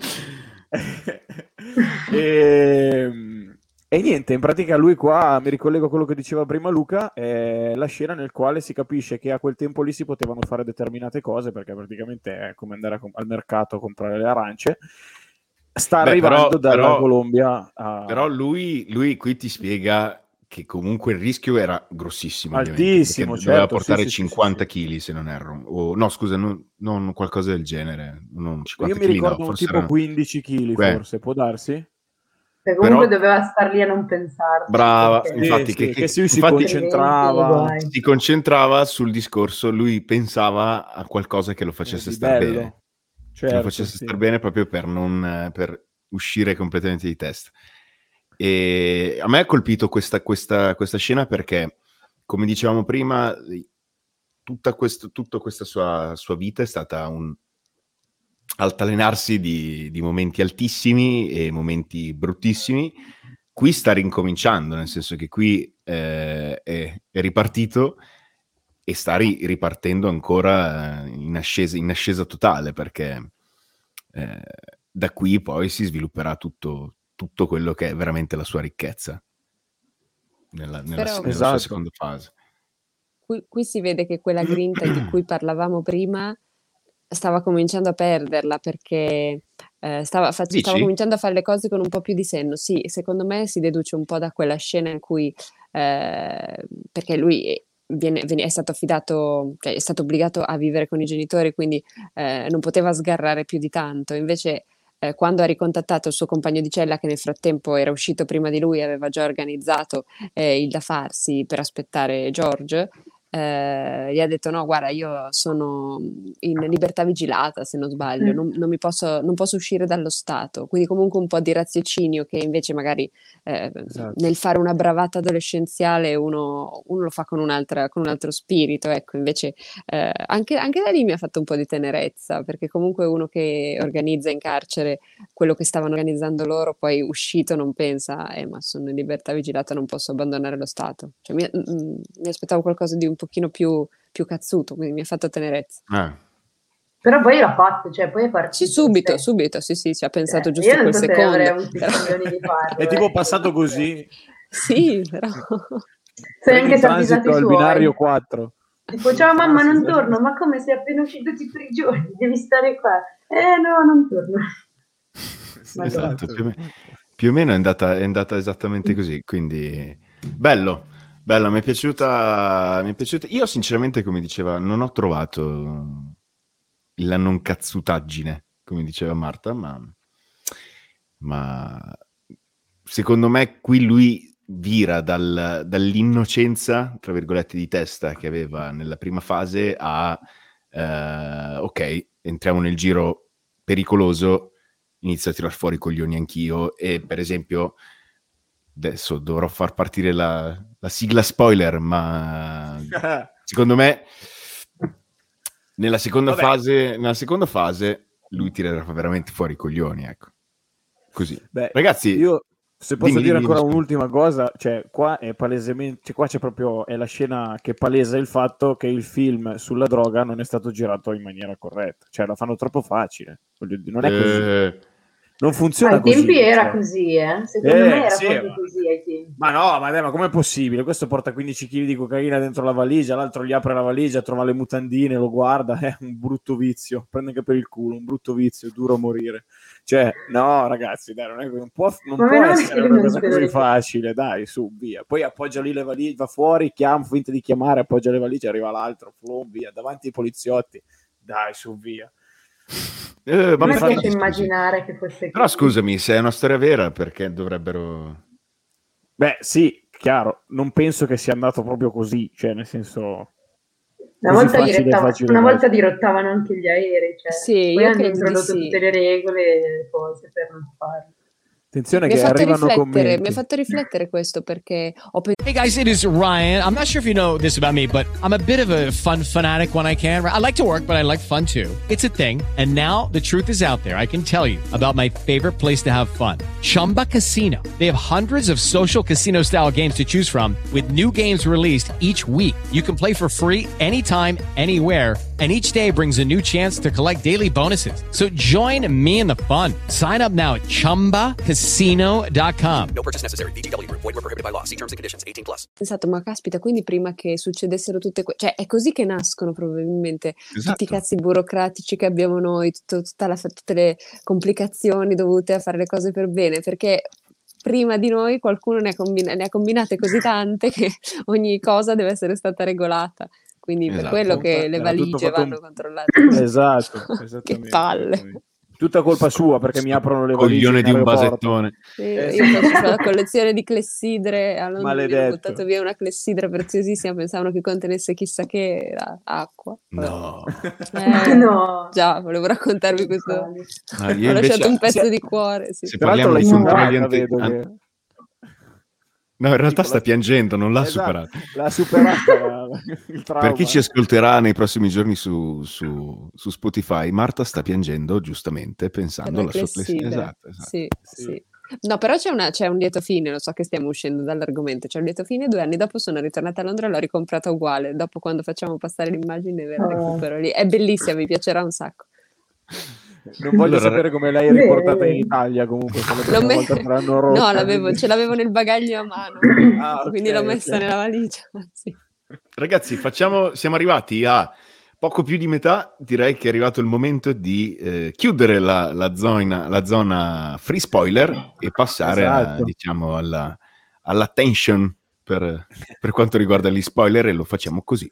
E niente, in pratica lui qua, mi ricollego a quello che diceva prima Luca, è la scena nel quale si capisce che a quel tempo lì si potevano fare determinate cose, perché praticamente è come andare al mercato a comprare le arance. Arrivando dalla Colombia a... Però lui qui ti spiega che comunque il rischio era grossissimo, altissimo, certo, doveva portare sì, 50 kg se non erro, no scusa, non qualcosa del genere, non 50 io mi ricordo no, tipo erano... 15 kg forse, può darsi? Comunque doveva star lì a non pensarci. Brava, perché... infatti, che si concentrava sul discorso, lui pensava a qualcosa che lo facesse star bene. Certo, che lo facesse star bene proprio per uscire completamente di testa. E a me ha colpito questa scena perché, come dicevamo prima, tutta questa sua vita è stata un altalenarsi di momenti altissimi e momenti bruttissimi. Qui sta rincominciando, nel senso che qui è ripartito e sta ripartendo ancora in ascesa totale, perché da qui poi si svilupperà tutto quello che è veramente la sua ricchezza nella sua seconda fase. Qui si vede che quella grinta di cui parlavamo prima stava cominciando a perderla, perché stava cominciando a fare le cose con un po' più di senno. Sì, secondo me si deduce un po' da quella scena in cui perché lui è stato affidato, cioè è stato obbligato a vivere con i genitori, quindi non poteva sgarrare più di tanto. Invece quando ha ricontattato il suo compagno di cella, che nel frattempo era uscito prima di lui, aveva già organizzato il da farsi per aspettare George, gli ha detto: no, guarda, io sono in libertà vigilata, se non sbaglio, non posso uscire dallo Stato. Quindi comunque un po' di raziocinio che invece magari nel fare una bravata adolescenziale uno lo fa con un altro spirito, ecco. Invece anche da lì mi ha fatto un po' di tenerezza, perché comunque uno che organizza in carcere quello che stavano organizzando loro, poi uscito non pensa ma sono in libertà vigilata, non posso abbandonare lo Stato. Cioè, mi aspettavo qualcosa di un pochino più cazzuto, quindi mi ha fatto tenerezza. Però poi l'ha fatto, cioè poi è partito. Subito, sì, ci ha pensato giusto quel secondo. È tipo passato così. Sì, però... Sei anche transito al binario 4. Tipo, ciao mamma, non torno. Ma come, sei appena uscito di prigione? Devi stare qua. No, non torno. Esatto, più o meno è andata esattamente così, quindi bello, mi è piaciuta. Io sinceramente, come diceva, non ho trovato la non cazzutaggine, come diceva Marta, ma secondo me qui lui vira dall'innocenza, tra virgolette, di testa che aveva nella prima fase a ok, entriamo nel giro pericoloso inizio a tirar fuori i coglioni anch'io, e per esempio adesso dovrò far partire la sigla spoiler, ma secondo me nella seconda fase lui tirerà veramente fuori i coglioni, ecco. Così. Beh, ragazzi, io se posso dire ancora dimmi. un'ultima cosa, cioè qua è palesemente, cioè, qua c'è proprio è la scena che palesa il fatto che il film sulla droga non è stato girato in maniera corretta, cioè la fanno troppo facile, non è così. Non funziona ai tempi così, era cioè. Così, secondo me era sì, proprio così ai tempi. Ma no, ma com'è possibile? Questo porta 15 kg di cocaina dentro la valigia, l'altro gli apre la valigia, trova le mutandine, lo guarda, è un brutto vizio, prende anche per il culo, un brutto vizio, duro a morire. Cioè, no ragazzi, dai, non può essere una cosa così facile, dai, su, via. Poi appoggia lì le valigie, va fuori, finta di chiamare, appoggia le valigie, arriva l'altro, via, davanti ai poliziotti, dai, su, via. Ma mi piace immaginare che fosse però scusami, se è una storia vera, perché dovrebbero... Beh sì, chiaro, non penso che sia andato proprio così, cioè nel senso una volta dirottavano anche gli aerei, cioè sì, poi io hanno credo introdotto di sì. tutte le regole e le cose per non farlo. Attenzione che arrivano commenti. Mi ha fatto riflettere questo perché ho pensato. Hey guys, it is Ryan. I'm not sure if you know this about me, but I'm a bit of a fun fanatic when I can. I like to work, but I like fun too. It's a thing. And now the truth is out there. I can tell you about my favorite place to have fun. Chumba Casino. They have hundreds of social casino style games to choose from with new games released each week. You can play for free anytime, anywhere. And each day brings a new chance to collect daily bonuses. So join me in the fun. Sign up now at ChumbaCasino.com. No purchase necessary. VGW Group. Void where prohibited by law. See terms and conditions. 18+. Ho pensato, ma caspita, quindi prima che succedessero tutte cioè è così che nascono probabilmente tutti i cazzi burocratici che abbiamo noi, tutte le complicazioni dovute a fare le cose per bene, perché prima di noi qualcuno ne ha combinate così tante che ogni cosa deve essere stata regolata. Quindi per quello che le valigie vanno controllate. Esatto, che palle. Tutta colpa sua perché mi aprono le valigie. Coglione di un vasettone. Io faccio la collezione di clessidre a Londra, mi ho buttato via una clessidra preziosissima, pensavano che contenesse chissà che era acqua. No. No. Già, volevo raccontarvi questo. Ho lasciato un pezzo di cuore. Sì. Se parliamo di controlli No, in realtà sta piangendo, non l'ha superato. L'ha superata il trauma. Per chi ci ascolterà nei prossimi giorni su Spotify, Marta sta piangendo giustamente pensando alla sua clessidra. Esatto. Sì. No, però c'è un lieto fine, lo so che stiamo uscendo dall'argomento, c'è un lieto fine, 2 anni dopo sono ritornata a Londra e l'ho ricomprata uguale, dopo quando facciamo passare l'immagine ve la recupero lì, è bellissima, mi piacerà un sacco. Non voglio sapere come l'hai riportata in Italia comunque. Ce l'avevo nel bagaglio a mano, quindi l'ho messa nella valigia. Sì. Ragazzi, siamo arrivati a poco più di metà, direi che è arrivato il momento di chiudere la zona free spoiler e passare diciamo alla tension per quanto riguarda gli spoiler, e lo facciamo così.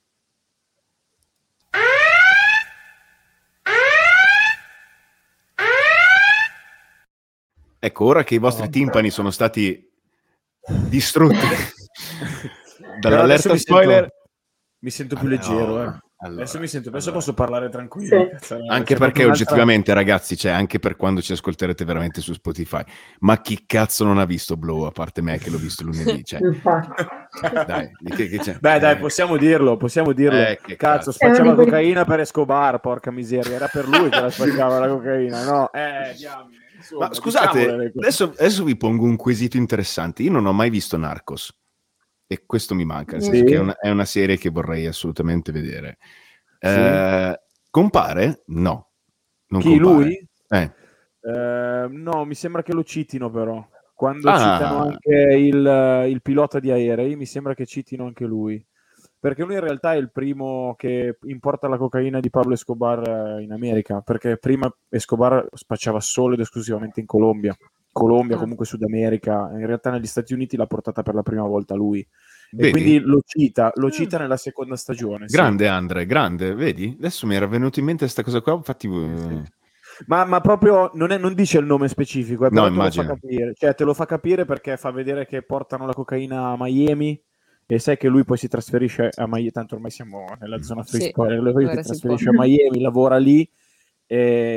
Ecco, ora che i vostri timpani sono stati distrutti dall'allerta spoiler, mi sento più leggero. Adesso posso parlare tranquillo. Sì. Anche perché oggettivamente, ragazzi, anche per quando ci ascolterete veramente su Spotify, ma chi cazzo non ha visto Blow, a parte me che l'ho visto lunedì? Dai, che c'è? Dai, possiamo dirlo. Che cazzo, spacciava cocaina per Escobar, porca miseria, era per lui che la spacciava la cocaina, no? Diamine. Insomma, ma scusate, adesso vi pongo un quesito interessante. Io non ho mai visto Narcos e questo mi manca, nel senso che è una serie che vorrei assolutamente vedere. Compare? No. Non chi, compare. Lui? No, mi sembra che lo citino però. Quando citano anche il pilota di aerei, mi sembra che citino anche lui. Perché lui in realtà è il primo che importa la cocaina di Pablo Escobar in America, perché prima Escobar spacciava solo ed esclusivamente in Colombia, comunque Sud America, in realtà negli Stati Uniti l'ha portata per la prima volta lui. Vedi? E quindi lo cita nella seconda stagione. Grande, sì. Andre, grande, vedi? Adesso mi era venuto in mente questa cosa qua, infatti... Ma proprio non dice il nome specifico, però no, te lo fa capire. Cioè te lo fa capire perché fa vedere che portano la cocaina a Miami e sai che lui poi si trasferisce a Miami, tanto ormai siamo nella zona free spoiler, lui si trasferisce a Miami, lavora lì e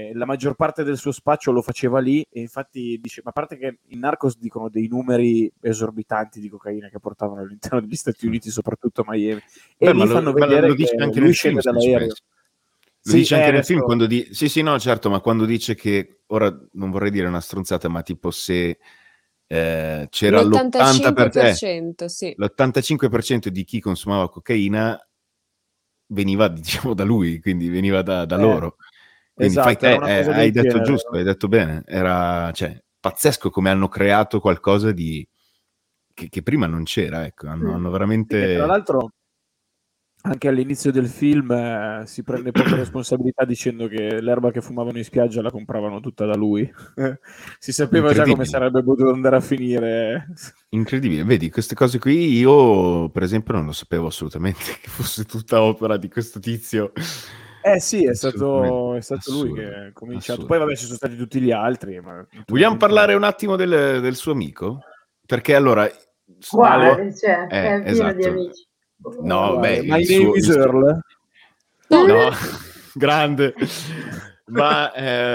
la maggior parte del suo spaccio lo faceva lì, e infatti dice, ma a parte che in Narcos dicono dei numeri esorbitanti di cocaina che portavano all'interno degli Stati Uniti, soprattutto Miami, e lì fanno vedere lo dice che anche lui nel scende film, dall'aereo. Lo dice anche nel adesso... film quando sì, no, certo, ma quando dice che, ora non vorrei dire una stronzata, ma tipo se c'era l'85%, sì. l'85% di chi consumava cocaina veniva, diciamo, da lui, quindi veniva da loro. Quindi esatto, hai detto giusto, hai detto bene. Era, cioè, pazzesco come hanno creato qualcosa di che prima non c'era, ecco. Hanno veramente... E tra l'altro anche all'inizio del film si prende poche responsabilità dicendo che l'erba che fumavano in spiaggia la compravano tutta da lui. Si sapeva già come sarebbe potuto andare a finire. Incredibile, vedi, queste cose qui io per esempio non lo sapevo assolutamente che fosse tutta opera di questo tizio. Sì, è stato lui che ha cominciato. Poi vabbè, ci sono stati tutti gli altri. Ma vogliamo parlare un attimo del suo amico? Perché allora... Quale? Cioè, è pieno esatto. di amici. No, beh, My name is Earl. No, grande. Ma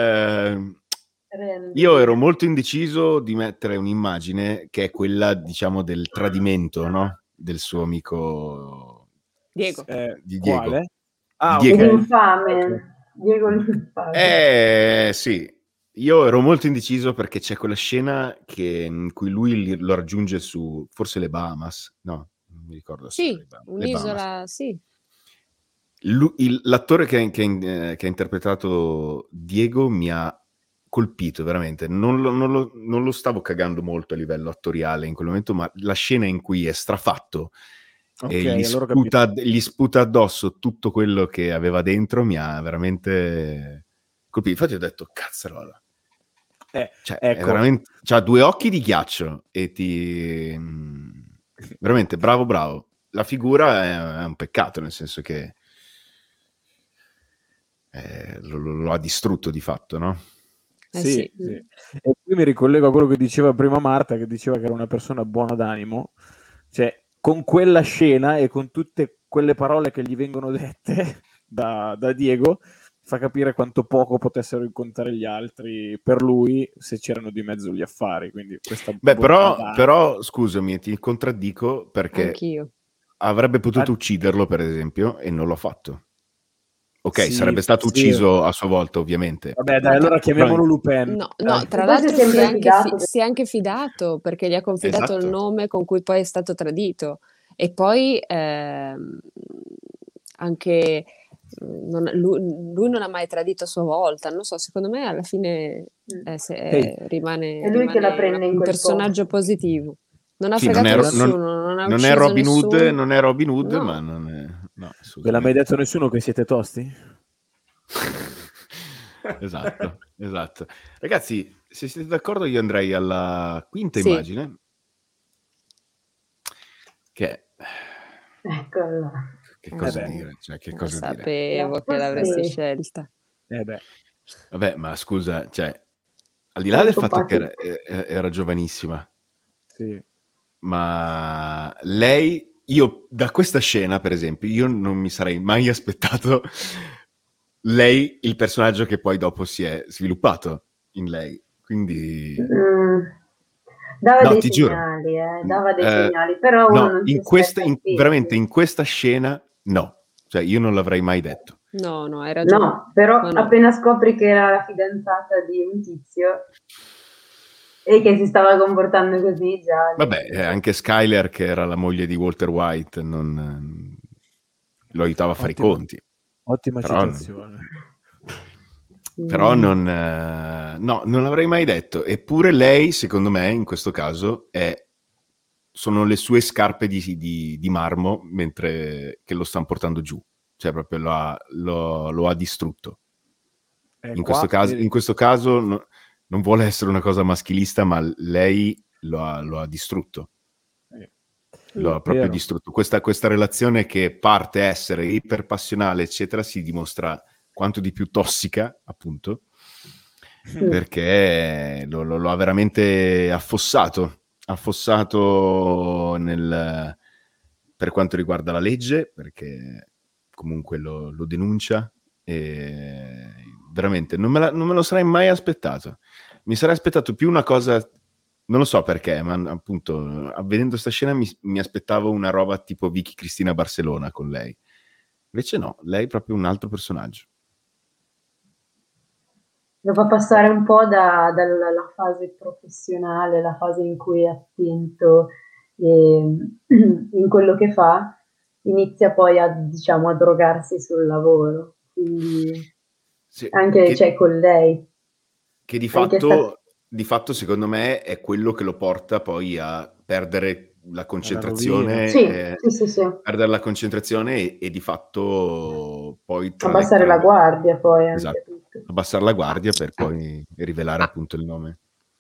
io ero molto indeciso di mettere un'immagine che è quella, diciamo, del tradimento, no? Del suo amico Diego. Di Diego. Quale? Diego. L'infame. Diego l'infame. Sì. Io ero molto indeciso perché c'è quella scena in cui lui lo raggiunge su forse le Bahamas, no? Non mi ricordo. Sì, un'isola, sì. L'attore che ha interpretato Diego mi ha colpito veramente. Non lo stavo cagando molto a livello attoriale in quel momento, ma la scena in cui è strafatto e gli sputa addosso tutto quello che aveva dentro mi ha veramente colpito. Infatti ho detto, cazzarola. Cioè, ecco. È veramente, c'ha due occhi di ghiaccio e veramente bravo. La figura è un peccato, nel senso che lo ha distrutto di fatto, no? Sì. E qui mi ricollego a quello che diceva prima Marta, che diceva che era una persona buona d'animo. Cioè, con quella scena e con tutte quelle parole che gli vengono dette da Diego, fa capire quanto poco potessero incontrare gli altri per lui se c'erano di mezzo gli affari. Quindi però scusami, ti contraddico perché anch'io. Avrebbe potuto ucciderlo, per esempio, e non l'ha fatto. Ok, sarebbe stato ucciso a sua volta, ovviamente. Vabbè, dai, allora chiamiamolo Lupin. No, tra l'altro si è anche fidato, perché gli ha confidato il nome con cui poi è stato tradito. E poi anche lui non ha mai tradito a sua volta. Non so, secondo me alla fine rimane è lui che la prende in un quel personaggio positivo. Non ha fregato nessuno, non è Robin Hood, non è Robin Hood, no. Ma non è... No, ve l'ha mai detto nessuno che siete tosti? Esatto. Ragazzi, se siete d'accordo io andrei alla quinta immagine. Che eccola. Che cosa dire? Cioè, che cosa sapevo che l'avresti scelta. Vabbè, ma scusa, cioè, al di là del fatto che era giovanissima. Sì. Ma lei, io da questa scena per esempio, io non mi sarei mai aspettato lei, il personaggio che poi dopo si è sviluppato in lei, quindi dava dei segnali, dava dei segnali, però uno non veramente in questa scena no, cioè io non l'avrei mai detto. No, hai ragione. No, però appena scopri che era la fidanzata di un tizio e che si stava comportando così già. Vabbè, anche Skyler, che era la moglie di Walter White, non lo aiutava a fare i conti. Ottima citazione. Però non l'avrei mai detto. Eppure lei, secondo me, in questo caso, sono le sue scarpe di marmo mentre che lo stanno portando giù. Cioè proprio lo ha distrutto. In questo caso non vuole essere una cosa maschilista, ma lei lo ha distrutto. Lo ha proprio distrutto. Questa relazione che parte essere iperpassionale, eccetera, si dimostra quanto di più tossica, appunto, perché lo ha veramente affossato per quanto riguarda la legge, perché comunque lo denuncia, e veramente, non me lo sarei mai aspettato. Mi sarei aspettato più una cosa, non lo so perché, ma appunto, vedendo sta scena mi aspettavo una roba tipo Vicky Cristina Barcellona con lei. Invece no, lei è proprio un altro personaggio. Lo fa passare un po' dalla fase professionale, la fase in cui è attento in quello che fa, inizia poi a drogarsi sul lavoro, quindi sì, anche con lei. Che di fatto secondo me è quello che lo porta poi a perdere la concentrazione, perdere la concentrazione e di fatto poi abbassare la guardia poi anche. Esatto. Abbassare la guardia per poi rivelare appunto il nome.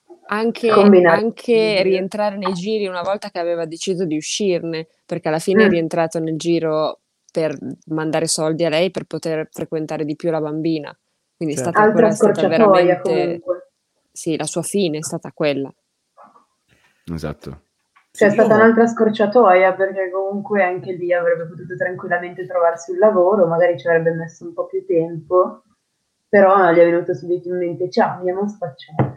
Anche rientrare nei giri una volta che aveva deciso di uscirne, perché alla fine è rientrato nel giro per mandare soldi a lei per poter frequentare di più la bambina. Quindi è stata veramente comunque. Sì, la sua fine è stata quella. Esatto. C'è stata un'altra scorciatoia, perché comunque anche lì avrebbe potuto tranquillamente trovarsi un lavoro, magari ci avrebbe messo un po' più tempo, però gli è venuto subito in mente, ciao, andiamo a spacciare.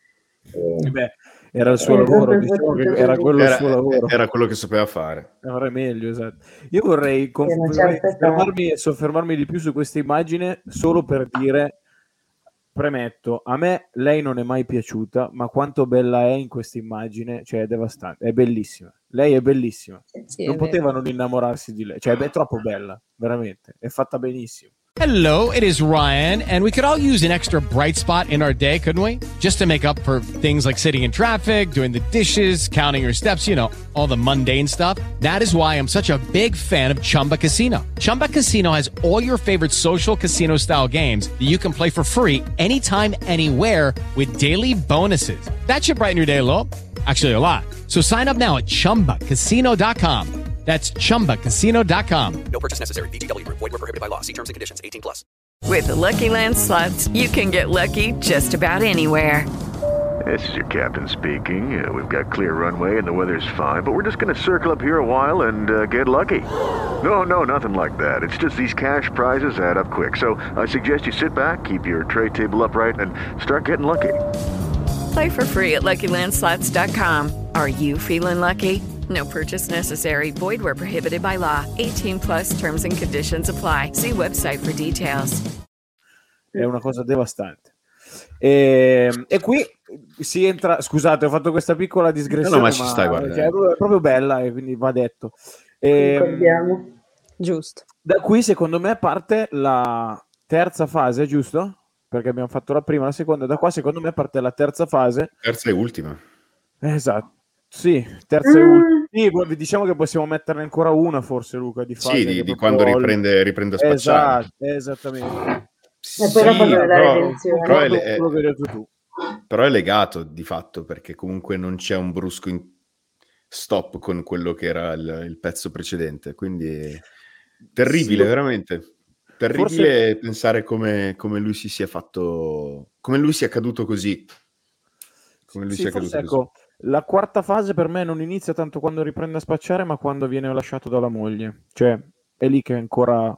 Era il suo lavoro, diciamo che era quello il suo lavoro. Era quello che sapeva fare. Era meglio, esatto. Io vorrei soffermarmi di più su questa immagine solo per dire, premetto, a me lei non è mai piaciuta, ma quanto bella è in questa immagine, cioè è devastante, è bellissima. Lei è bellissima. Sì, non potevano non innamorarsi di lei, cioè è troppo bella, veramente, è fatta benissimo. Hello, it is Ryan, and we could all use an extra bright spot in our day, couldn't we? Just to make up for things like sitting in traffic, doing the dishes, counting your steps, you know, all the mundane stuff. That is why I'm such a big fan of Chumba Casino. Chumba Casino has all your favorite social casino-style games that you can play for free anytime, anywhere with daily bonuses. That should brighten your day a little. Actually, a lot. So sign up now at ChumbaCasino.com. That's ChumbaCasino.com. No purchase necessary. VGW Group. Void where prohibited by law. See terms and conditions. 18+. With the Lucky Land Slots, you can get lucky just about anywhere. This is your captain speaking. We've got clear runway and the weather's fine, but we're just going to circle up here a while and get lucky. No, nothing like that. It's just these cash prizes add up quick. So I suggest you sit back, keep your tray table upright, and start getting lucky. Play for free at LuckyLandSlots.com. Are you feeling lucky? No purchase necessary. Void where prohibited by law. 18+ terms and conditions apply. See website for details. È una cosa devastante. E qui si entra. Scusate, ho fatto questa piccola digressione. No, ma ci stai guardando. È proprio bella e quindi va detto. Ricordiamo. Giusto. Da qui, secondo me, parte la terza fase, giusto? Perché abbiamo fatto la prima e la seconda. Da qua, secondo me, parte la terza fase. Terza e ultima. Esatto. Sì, terza e ultima. Sì, diciamo che possiamo metterne ancora una, forse, Luca, di fase. Sì, di quando riprende a spacciare. Esattamente. E poi però è legato di fatto, perché comunque non c'è un brusco stop con quello che era il pezzo precedente, quindi è terribile, sì, veramente terribile. Forse... pensare come lui si sia fatto, come lui sia caduto così, ecco, la quarta fase per me non inizia tanto quando riprende a spacciare, ma quando viene lasciato dalla moglie, cioè è lì che ancora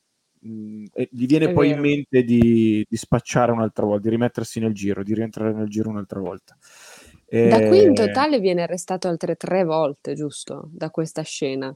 gli viene poi in mente di spacciare un'altra volta, di rimettersi nel giro, di rientrare nel giro un'altra volta. Da qui in totale viene arrestato altre 3 volte, giusto? Da questa scena.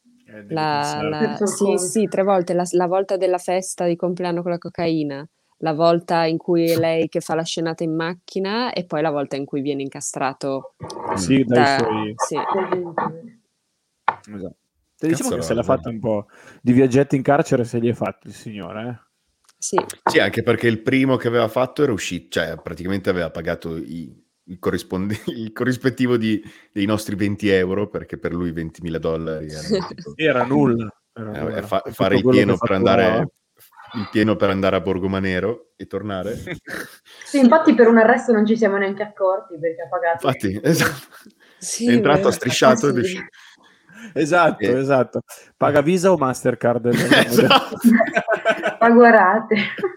Sì, 3 volte. La volta della festa di compleanno con la cocaina, la volta in cui è lei che fa la scenata in macchina e poi la volta in cui viene incastrato. Sì, dai suoi... Sì. Esatto. Diciamo che se l'ha fatta un po' di viaggetti in carcere, se li è fatti il signore. Sì, anche perché il primo che aveva fatto era uscito, cioè praticamente aveva pagato il corrispettivo dei nostri 20 euro, perché per lui $20.000 era nulla. Fare il pieno per andare a Borgomanero e tornare. Sì, infatti per un arresto non ci siamo neanche accorti, perché ha pagato. Infatti, esatto. Sì, è entrato, ha strisciato ed è uscito. Esatto. Paga Visa o Mastercard? Esatto. Pagorate.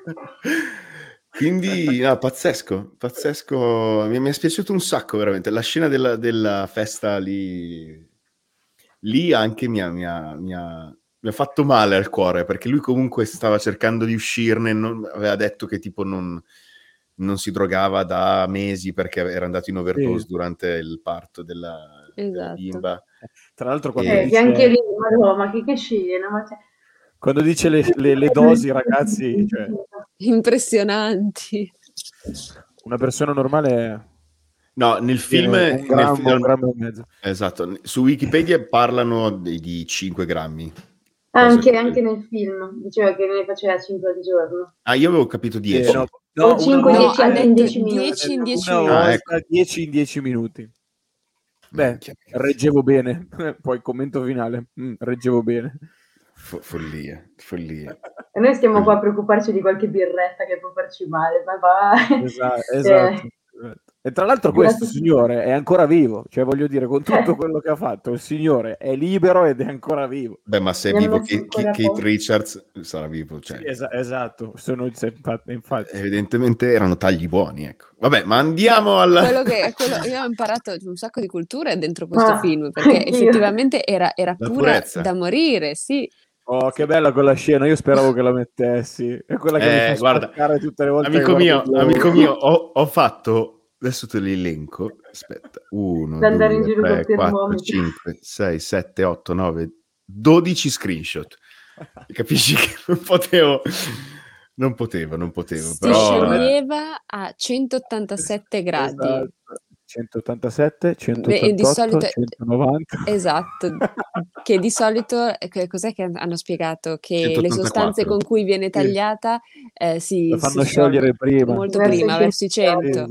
Quindi pazzesco. Mi è spiaciuto un sacco, veramente. La scena della festa lì anche mi ha mi ha fatto male al cuore, perché lui comunque stava cercando di uscirne, aveva detto che tipo non si drogava da mesi perché era andato in overdose durante il parto della bimba. Tra l'altro quando dice... anche lì, ma che scena, ma quando dice le dosi, ragazzi, cioè... impressionanti. Una persona normale... No, nel film... un grammo e mezzo. Esatto, su Wikipedia parlano di 5 grammi. Anche nel film, diceva che ne faceva 5 al giorno. Ah, io avevo capito 10. No, 5 in 10 minuti. 10 in 10 minuti. minuti. Ecco. 10 in 10 minuti. Beh, reggevo bene. Poi commento finale. Reggevo bene. Follia. E noi stiamo qua a preoccuparci di qualche birretta che può farci male, ma va. Esatto. E tra l'altro questo signore è ancora vivo, cioè voglio dire, con tutto quello che ha fatto, il signore è libero ed è ancora vivo. Beh, ma se è vivo Keith Richards sarà vivo, cioè. Sì, esatto, infatti. Evidentemente erano tagli buoni, ecco. Vabbè, ma andiamo alla... Io ho imparato un sacco di culture dentro questo film, perché effettivamente era pura da morire, sì. Oh, che bella quella scena, io speravo che la mettessi. È quella che mi fa spaccare tutte le volte. Amico mio, ho fatto... Adesso te li elenco. Aspetta. 1, 2, 3, 4, 5, 6, 7, 8, 9, 12 screenshot. Capisci che non potevo. Si però... scioglieva a 187 gradi. Esatto. 187, 188, di solito, 190. Esatto, che di solito, cos'è che hanno spiegato? Che 184. Le sostanze con cui viene tagliata si fanno sciogliere prima. Molto prima, verso i 100.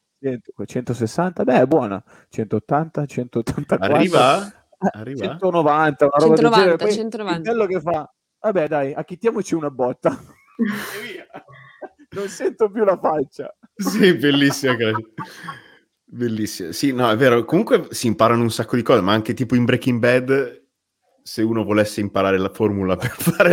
160, beh, è buona. 180, 184. Arriva? 190, una roba 190, del genere. Poi 190. Il bello che fa, vabbè dai, acchittiamoci una botta. E via. Non sento più la faccia. Sì, bellissima. Bellissima. Sì, no, è vero. Comunque si imparano un sacco di cose, ma anche tipo in Breaking Bad, se uno volesse imparare la formula per fare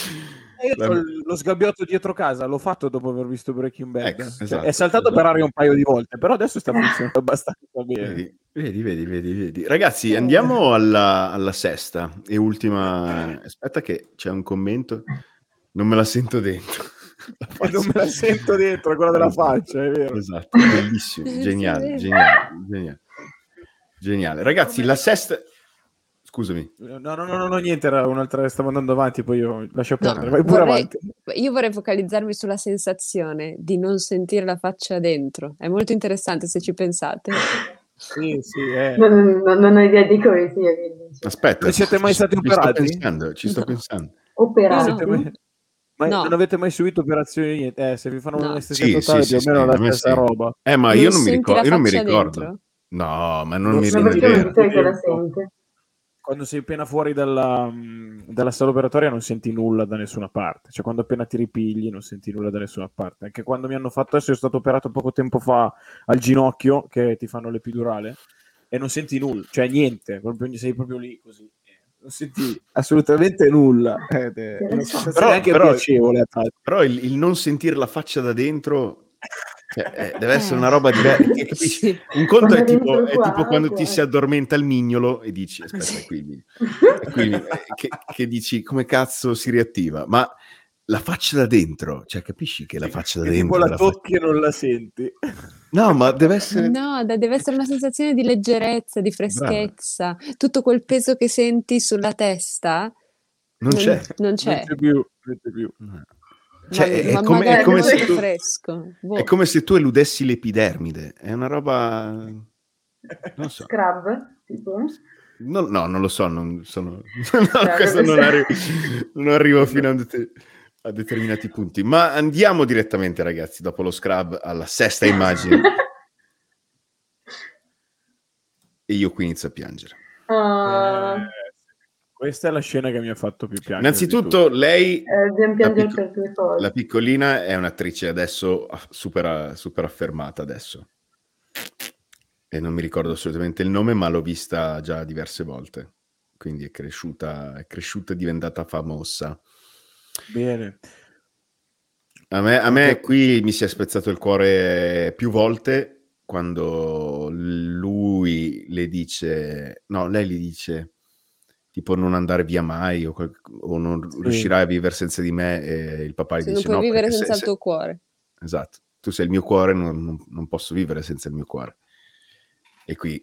lo sgabbiotto dietro casa l'ho fatto dopo aver visto Breaking Bad. Ecco, esatto, è saltato per aria un paio di volte, però adesso sta funzionando abbastanza bene. Vedi. Ragazzi, andiamo alla sesta e ultima. Aspetta che c'è un commento. Non me la sento dentro. Non me la sento dentro, quella della faccia, è vero. Esatto, bellissimo, geniale. Ragazzi, la sesta... Scusami. No, niente, era un'altra, stavo andando avanti, poi io lascio perdere, vai pure avanti. Io vorrei focalizzarmi sulla sensazione di non sentire la faccia dentro, è molto interessante se ci pensate. Sì. Non ho idea di come sia. Aspetta, siete mai stati operati? Ci sto pensando. Operati? Non avete mai subito operazioni? Niente? Se vi fanno un'anestesia totale più o meno la stessa roba. Ma io non mi ricordo. Dentro? No, ma non mi ricordo. Quando sei appena fuori dalla sala operatoria non senti nulla da nessuna parte, cioè quando appena ti ripigli non senti nulla da nessuna parte. Anche quando mi hanno fatto, adesso sono stato operato poco tempo fa al ginocchio, che ti fanno l'epidurale, e non senti nulla, cioè niente, sei proprio lì così, non senti assolutamente nulla. È una sensazione anche piacevole. Però il non sentire la faccia da dentro... deve essere una roba diversa. Sì. Un conto è tipo quando ti si addormenta il mignolo e dici aspetta, è qui che dici come cazzo si riattiva, ma la faccia da dentro, cioè capisci che la faccia da dentro tipo la tocchi e non la senti. No, ma deve essere deve essere una sensazione di leggerezza, di freschezza. Brava. Tutto quel peso che senti sulla testa non c'è più. Cioè, è come se tu eludessi l'epidermide, è una roba, non so. Scrub, tipo? No, non lo so, questo non arrivo fino a determinati punti, ma andiamo direttamente, ragazzi, dopo lo scrub alla sesta immagine. E io qui inizio a piangere. Questa è la scena che mi ha fatto più piangere. Innanzitutto lei, per la piccolina, è un'attrice adesso super affermata adesso. E non mi ricordo assolutamente il nome, ma l'ho vista già diverse volte. Quindi è cresciuta, è diventata famosa. Bene. A me qui mi si è spezzato il cuore più volte quando lei gli dice tipo non andare via mai o non riuscirai a vivere senza di me, e il papà gli Se dice non puoi vivere perché senza il tuo cuore. Esatto, tu sei il mio cuore, non posso vivere senza il mio cuore. E qui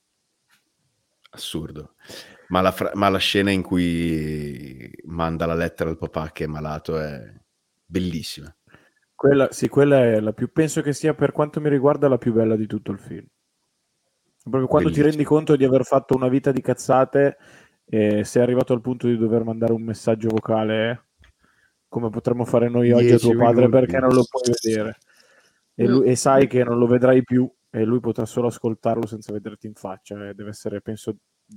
assurdo. Ma la scena in cui manda la lettera al papà che è malato è bellissima. Quella è la più, penso che sia, per quanto mi riguarda, la più bella di tutto il film. Proprio quando ti rendi conto di aver fatto una vita di cazzate e sei arrivato al punto di dover mandare un messaggio vocale come potremmo fare noi oggi a tuo padre, perché non lo puoi vedere e sai che non lo vedrai più e lui potrà solo ascoltarlo senza vederti in faccia, e deve essere, penso,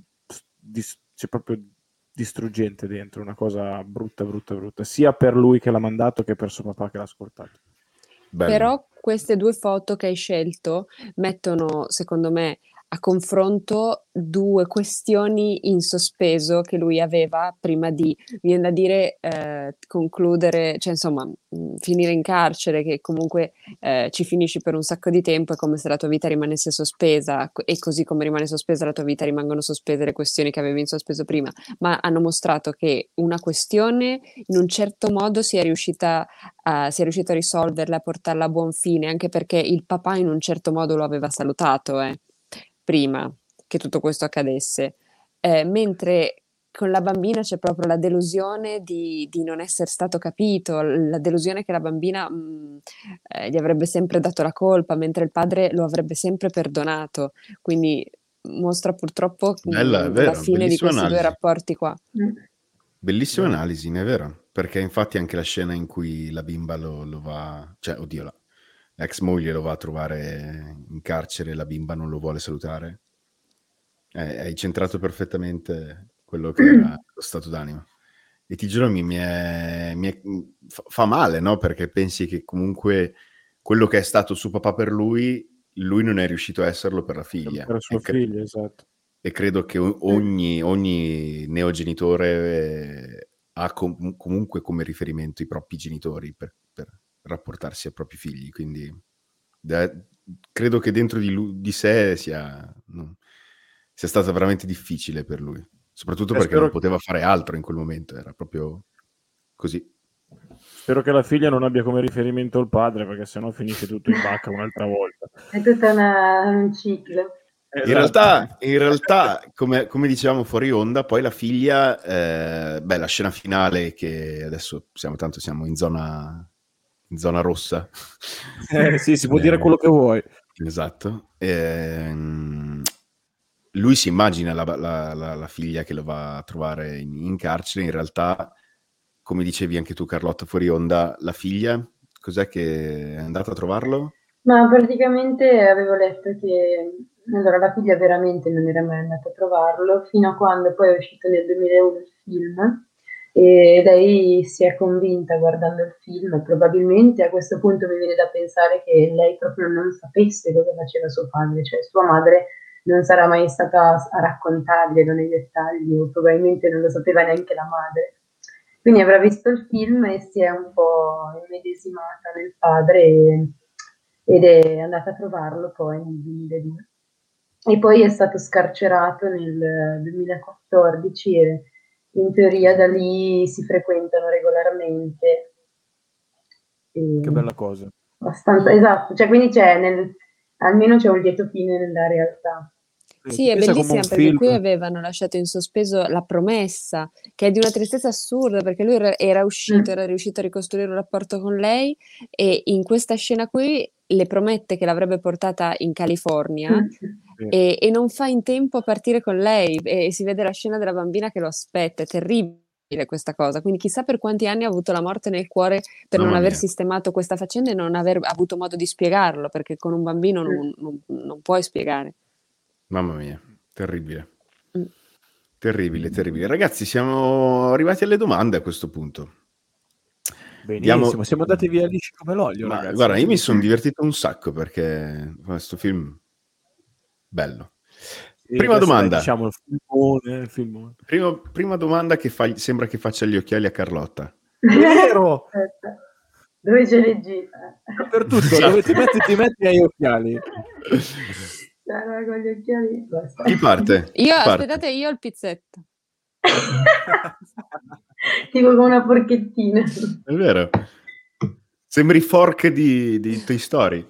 c'è proprio distruggente dentro, una cosa brutta, sia per lui che l'ha mandato che per suo papà che l'ha ascoltato. Bello. Però queste due foto che hai scelto mettono, secondo me, a confronto due questioni in sospeso che lui aveva prima di, viene da dire, concludere, cioè insomma, finire in carcere, che comunque ci finisci per un sacco di tempo, è come se la tua vita rimanesse sospesa, e così come rimane sospesa la tua vita rimangono sospese le questioni che avevi in sospeso prima, ma hanno mostrato che una questione in un certo modo si è riuscito a risolverla, a portarla a buon fine, anche perché il papà in un certo modo lo aveva salutato, prima che tutto questo accadesse, mentre con la bambina c'è proprio la delusione di non essere stato capito, la delusione che la bambina gli avrebbe sempre dato la colpa, mentre il padre lo avrebbe sempre perdonato, quindi mostra purtroppo la fine di questi due rapporti qua. Bellissima analisi, è vero, perché infatti anche la scena in cui la bimba lo va, cioè oddio, l'ex moglie lo va a trovare in carcere e la bimba non lo vuole salutare. Hai centrato perfettamente quello che era lo stato d'animo. E ti giuro, fa male, no? Perché pensi che comunque quello che è stato suo papà per lui non è riuscito a esserlo per la figlia. Per sua figlia, esatto. E credo che ogni neogenitore ha comunque come riferimento i propri genitori per rapportarsi ai propri figli, quindi credo che dentro di sé sia stata veramente difficile per lui, soprattutto perché non poteva fare altro in quel momento, era proprio così. Spero che la figlia non abbia come riferimento il padre, perché sennò finisce tutto in bacca un'altra volta. È tutto un ciclo. Esatto. In realtà come dicevamo fuori onda, poi la figlia, la scena finale, che adesso siamo in zona rossa. Sì, si può dire quello che vuoi. Esatto. Lui si immagina la figlia che lo va a trovare in carcere. In realtà, come dicevi anche tu, Carlotta, fuori onda, la figlia, cos'è che è andata a trovarlo? Ma praticamente avevo letto che allora la figlia veramente non era mai andata a trovarlo, fino a quando poi è uscito nel 2001 il film, e lei si è convinta guardando il film, e probabilmente a questo punto mi viene da pensare che lei proprio non sapesse cosa faceva suo padre, cioè sua madre non sarà mai stata a raccontarglielo nei dettagli, o probabilmente non lo sapeva neanche la madre. Quindi avrà visto il film e si è un po' immedesimata nel padre ed è andata a trovarlo poi nel 2002. E poi è stato scarcerato nel 2014 e in teoria da lì si frequentano regolarmente. Che bella cosa. Abbastanza, esatto, cioè quindi almeno c'è un lieto fine nella realtà. Sì, è bellissima perché qui avevano lasciato in sospeso la promessa, che è di una tristezza assurda, perché lui era riuscito a ricostruire un rapporto con lei, e in questa scena qui le promette che l'avrebbe portata in California e non fa in tempo a partire con lei, e si vede la scena della bambina che lo aspetta. È terribile questa cosa, quindi chissà per quanti anni ha avuto la morte nel cuore per non aver sistemato questa faccenda e non aver avuto modo di spiegarlo, perché con un bambino non puoi spiegare. Mamma mia, terribile. Terribile. Ragazzi, siamo arrivati alle domande a questo punto. Benissimo, siamo andati via lisci come l'olio, ragazzi. Guarda, io mi sono divertito un sacco perché questo film bello. Sì, prima domanda. Diciamo il filmone. Prima domanda che sembra che faccia gli occhiali a Carlotta. È vero! Dove ce l'hai gira? Dappertutto, dove ti metti agli occhiali. Con gli occhiali, basta. Chi parte? Aspettate, io ho il pizzetto. Tipo come una porchettina. È vero. Sembri Fork di Toy Story.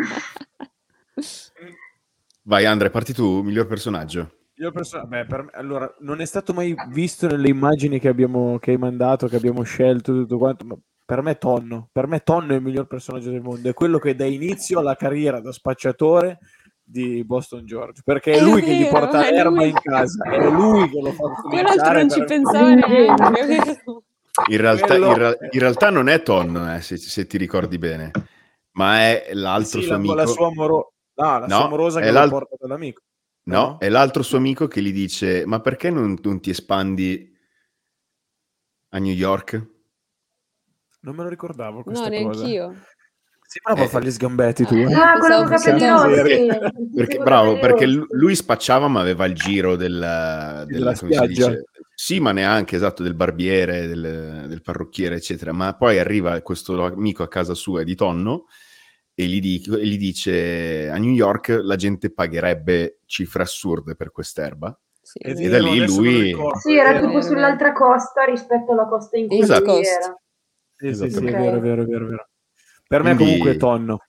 Vai Andre, parti tu, miglior personaggio. Allora, non è stato mai visto nelle immagini che hai mandato, che abbiamo scelto, tutto quanto, ma per me Tonno è il miglior personaggio del mondo, è quello che dà inizio alla carriera da spacciatore di Boston George, perché è lui che gli porta l'erba in casa, è lui che lo fa cominciare. Quell'altro non ci pensava neanche, è vero? In realtà non è Tonno, se ti ricordi bene, ma è l'altro suo amico. La sua amorosa che lo porta dall'amico. No, è l'altro suo amico che gli dice: ma perché non ti espandi a New York? Non me lo ricordavo questa cosa. Neanch'io. Sì, bravo a fare gli sgambetti tu. Quello con capelli rossi. Perché, bravo, perché lui spacciava ma aveva il giro della come si dice? Sì, ma neanche, esatto, del barbiere, del parrucchiere, eccetera. Ma poi arriva questo amico a casa sua di Tonno e gli dice: a New York la gente pagherebbe cifre assurde per quest'erba. Sì, e da lì lui... Sì, era tipo sull'altra costa rispetto alla costa in cui lui era. Sì, è vero. Per me comunque è Tonno.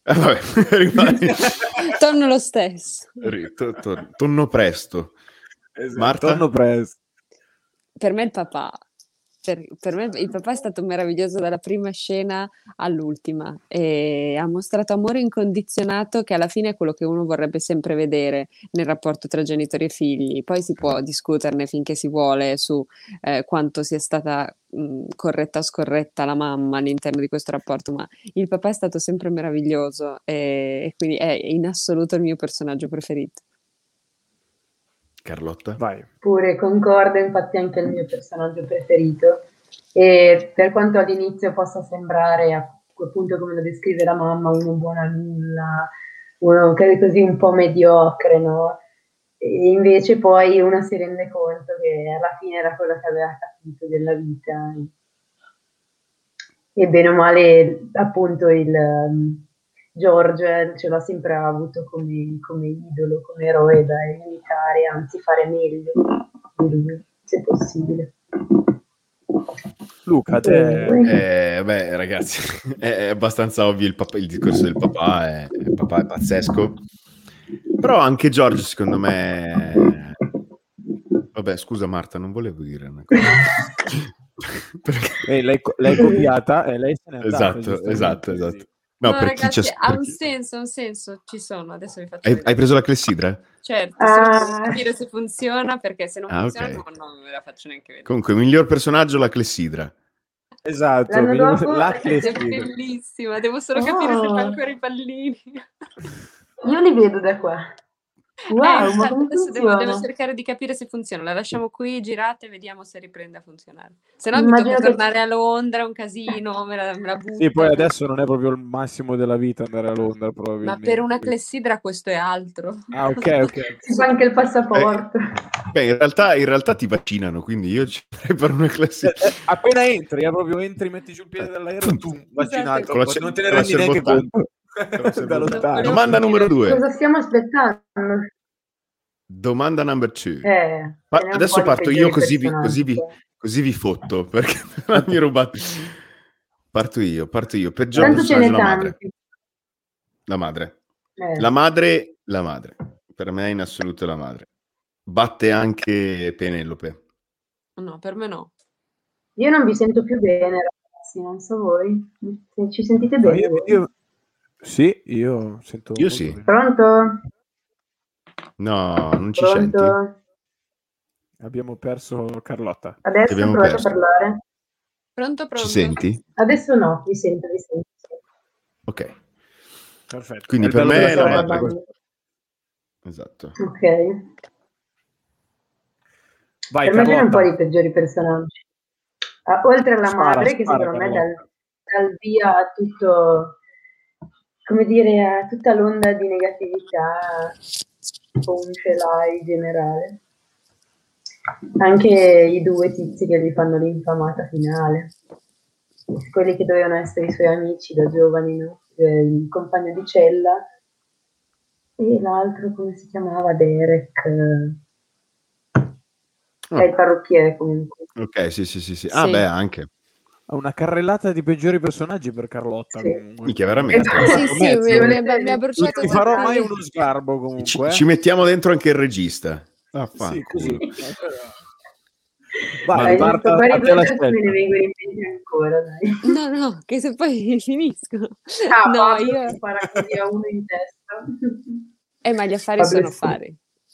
Tonno lo stesso. Tonno presto. Esatto, Marta? Tonno presto. Per me il papà. Per me il papà è stato meraviglioso dalla prima scena all'ultima e ha mostrato amore incondizionato, che alla fine è quello che uno vorrebbe sempre vedere nel rapporto tra genitori e figli. Poi si può discuterne finché si vuole su quanto sia stata corretta o scorretta la mamma all'interno di questo rapporto, ma il papà è stato sempre meraviglioso e quindi è in assoluto il mio personaggio preferito. Carlotta? Vai. Pure concordo, infatti anche il mio personaggio preferito, e per quanto all'inizio possa sembrare, appunto come lo descrive la mamma, uno buono a nulla, uno che è così un po' mediocre, no? E invece poi uno si rende conto che alla fine era quello che aveva capito della vita e bene o male appunto il George ce l'ha sempre avuto come idolo, come eroe da imitare, anzi fare meglio di lui, se possibile. Luca, beh, ragazzi, è abbastanza ovvio il discorso del papà, il papà è pazzesco, però anche George secondo me... Vabbè, scusa Marta, non volevo dire una cosa. L'hai copiata e lei se n'è andata. Esatto. No, per ragazzi, chi ha un senso, ci sono, adesso vi faccio vedere. Hai preso la clessidra? Certo, devo capire se funziona, perché se non funziona okay. non ve la faccio neanche vedere. Comunque, miglior personaggio la clessidra. Esatto, la clessidra. È bellissima, devo solo capire se fa ancora i pallini. Io li vedo da qua. Wow, ma come adesso funziona? devo cercare di capire se funziona. La lasciamo qui, girate e vediamo se riprende a funzionare. Se no mi tocca tornare a Londra, un casino, me la butto. Sì, poi adesso non è proprio il massimo della vita andare a Londra, probabilmente. Ma per una clessidra questo è altro. Ah, ok. Si fa anche il passaporto. In realtà ti vaccinano, quindi io ci farei per una clessidra. Appena entri, metti giù il piede dall'aereo, tu vaccinato. Esatto. Non te ne rendi neanche conto. Domanda numero 2. Cosa stiamo aspettando? Domanda number 2. Adesso parto io così vi fotto, perché mi rubate. Parto io. Peggior Tanto ce personaggio, n'è tanti. La madre. La madre. Per me in assoluto la madre. Batte anche Penelope. No, per me no. Io non vi sento più bene, ragazzi, non so voi. Se ci sentite bene? Sì, io sento. Io sì. Bene. Pronto? No, non ci Pronto? senti? Abbiamo perso Carlotta. Adesso provate a parlare. Pronto? Ci senti? Adesso no, vi sento. Ok. Perfetto. Quindi per me è la madre. Esatto. Ok. Vai, per me sono un po' i peggiori personaggi. Oltre alla madre, che secondo me dal via a tutto, come dire, a tutta l'onda di negatività o un celai generale. Anche i due tizi che gli fanno l'infamata finale, quelli che dovevano essere i suoi amici da giovani, no? Il compagno di cella e l'altro come si chiamava? Derek. È il parrucchiere comunque. Ok, sì. Ah, Sì. beh, anche. Ha una carrellata di peggiori personaggi per Carlotta. Sì. Comunque. Minchia, veramente. Sì, mi ha bruciato Non ti farò tutti. mai uno sgarbo comunque. Ci mettiamo dentro anche il regista. Sì, così. Ma Vai, Marta, a te la me scelta. ne vengono in mente ancora, dai. No, che se poi finiscono. Ah, No, Pablo io... che spara così a uno in testa. ma gli affari Pablo sono sì. affari.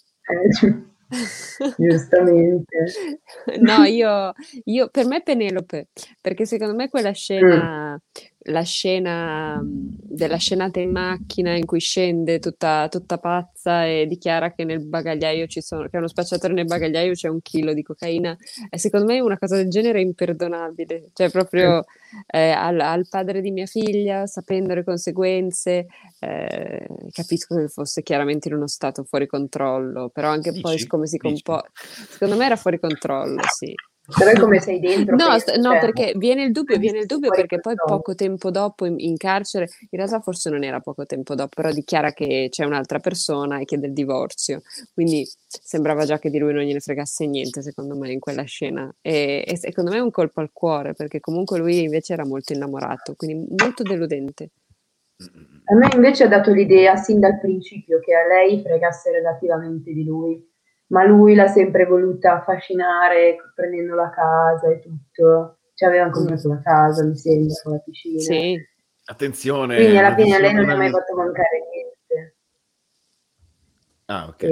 Giustamente. No, io per me Penelope, perché secondo me quella scena, la scena della scenata in macchina in cui scende tutta pazza e dichiara che nel bagagliaio che è uno spacciatore nel bagagliaio c'è 1 chilo di cocaina, e secondo me una cosa del genere è imperdonabile, cioè proprio al padre di mia figlia, sapendo le conseguenze, capisco che fosse chiaramente in uno stato fuori controllo, però anche poi come si comporta, secondo me era fuori controllo, sì. Però come sei dentro? No, penso, no, cioè, perché viene il dubbio perché poi controllo. poco tempo dopo in carcere, in realtà forse non era poco tempo dopo, però dichiara che c'è un'altra persona e chiede il divorzio, quindi sembrava già che di lui non gliene fregasse niente, secondo me, in quella scena, e secondo me è un colpo al cuore, perché comunque lui invece era molto innamorato, quindi molto deludente. A me invece ha dato l'idea sin dal principio che a lei fregasse relativamente di lui, ma lui l'ha sempre voluta affascinare prendendo la casa e tutto. Ci avevano comprato la casa, mi sembra, con la piscina. Sì. Attenzione. Quindi alla fine lei non mi ha mai fatto mancare niente. Ah, ok.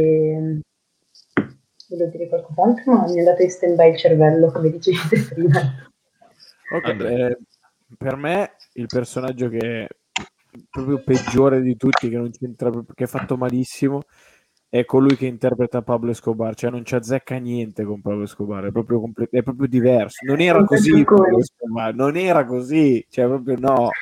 Volevo dire qualcos'altro, ma mi è andato in stand-by il cervello, come dicevi prima. Ok, per me il personaggio che è proprio peggiore di tutti, che non c'entra, che è fatto malissimo, è colui che interpreta Pablo Escobar, cioè non ci azzecca niente con Pablo Escobar, è proprio, è proprio diverso, non era così Pablo Escobar, non era così, cioè proprio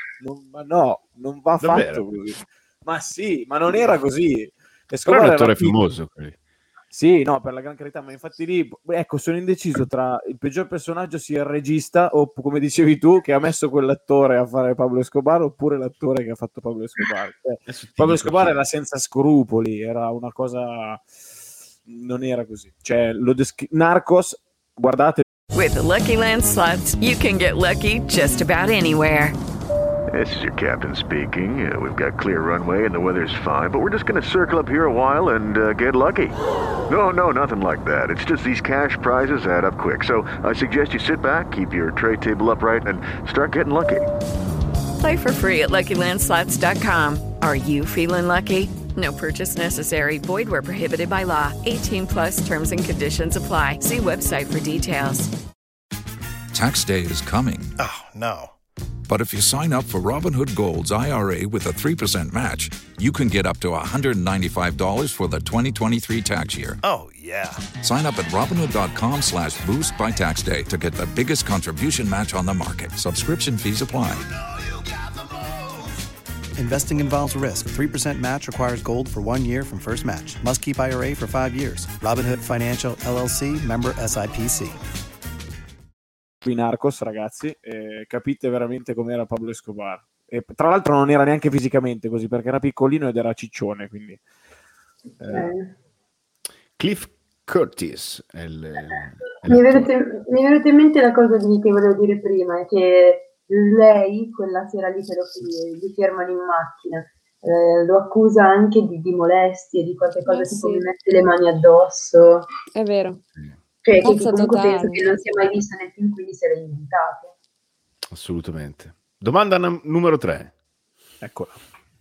non va Davvero? fatto così, ma sì, ma non era così. Però è un attore era famoso. sì, no, per la gran carità, ma infatti lì, ecco, sono indeciso tra il peggior personaggio sia il regista o, come dicevi tu, che ha messo quell'attore a fare Pablo Escobar, oppure l'attore che ha fatto Pablo Escobar. Pablo Escobar era senza scrupoli, era una cosa... non era così. Cioè, Narcos, guardate... With the Lucky Land Slots, you can get lucky just about anywhere. This is your captain speaking. We've got clear runway and the weather's fine, but we're just going to circle up here a while and get lucky. No, nothing like that. It's just these cash prizes add up quick. So I suggest you sit back, keep your tray table upright, and start getting lucky. Play for free at LuckyLandSlots.com. Are you feeling lucky? No purchase necessary. Void where prohibited by law. 18 plus terms and conditions apply. See website for details. Tax day is coming. Oh, no. But if you sign up for Robinhood Gold's IRA with a 3% match, you can get up to $195 for the 2023 tax year. Oh, yeah. Sign up at Robinhood.com/boost by tax day to get the biggest contribution match on the market. Subscription fees apply. Investing involves risk. 3% match requires gold for 1 year from first match. Must keep IRA for 5 years. Robinhood Financial LLC, member SIPC. Qui Narcos, ragazzi, capite veramente com'era Pablo Escobar. E, tra l'altro non era neanche fisicamente così, perché era piccolino ed era ciccione, quindi... Cliff Curtis è mi è venuta in mente la cosa che volevo dire prima, è che lei quella sera lì che li fermano in macchina, lo accusa anche di molestie, di qualche cosa, tipo mi mette le mani addosso. È vero. Cioè, che comunque penso che non sia mai visto nel film, quindi se l'è inventato. Assolutamente. Domanda numero 3. Eccola.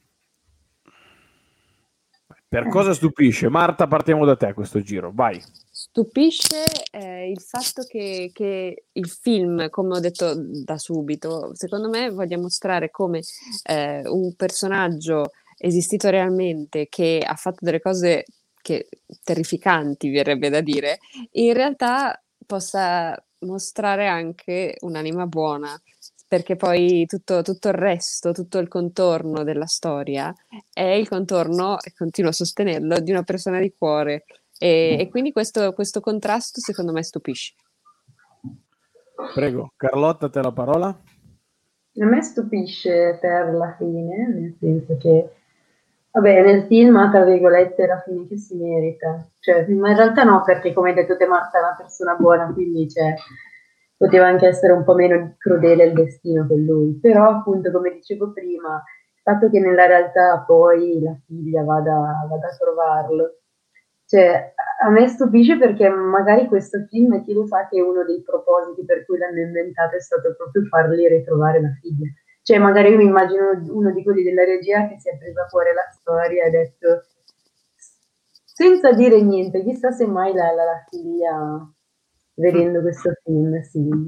Per cosa stupisce? Marta, partiamo da te a questo giro, vai. Stupisce il fatto che il film, come ho detto da subito, secondo me voglia mostrare come un personaggio esistito realmente, che ha fatto delle cose terrificanti, verrebbe da dire, in realtà possa mostrare anche un'anima buona, perché poi tutto il resto, tutto il contorno della storia è il contorno, e continuo a sostenerlo, di una persona di cuore, e quindi questo contrasto secondo me stupisce. Prego, Carlotta, a te la parola. A me stupisce per la fine, nel senso che Vabbè, nel film, tra virgolette, la fine che si merita. Cioè, ma in realtà no, perché come hai detto te Marta è una persona buona, quindi cioè, poteva anche essere un po' meno crudele il destino con lui. Però appunto, come dicevo prima, il fatto che nella realtà poi la figlia vada a trovarlo, cioè, a me stupisce perché magari questo film, chi lo sa che uno dei propositi per cui l'hanno inventato è stato proprio farli ritrovare la figlia. Cioè, magari io mi immagino uno di quelli della regia che si è presa fuori la storia e ha detto, senza dire niente, chissà se mai la figlia, vedendo questo film,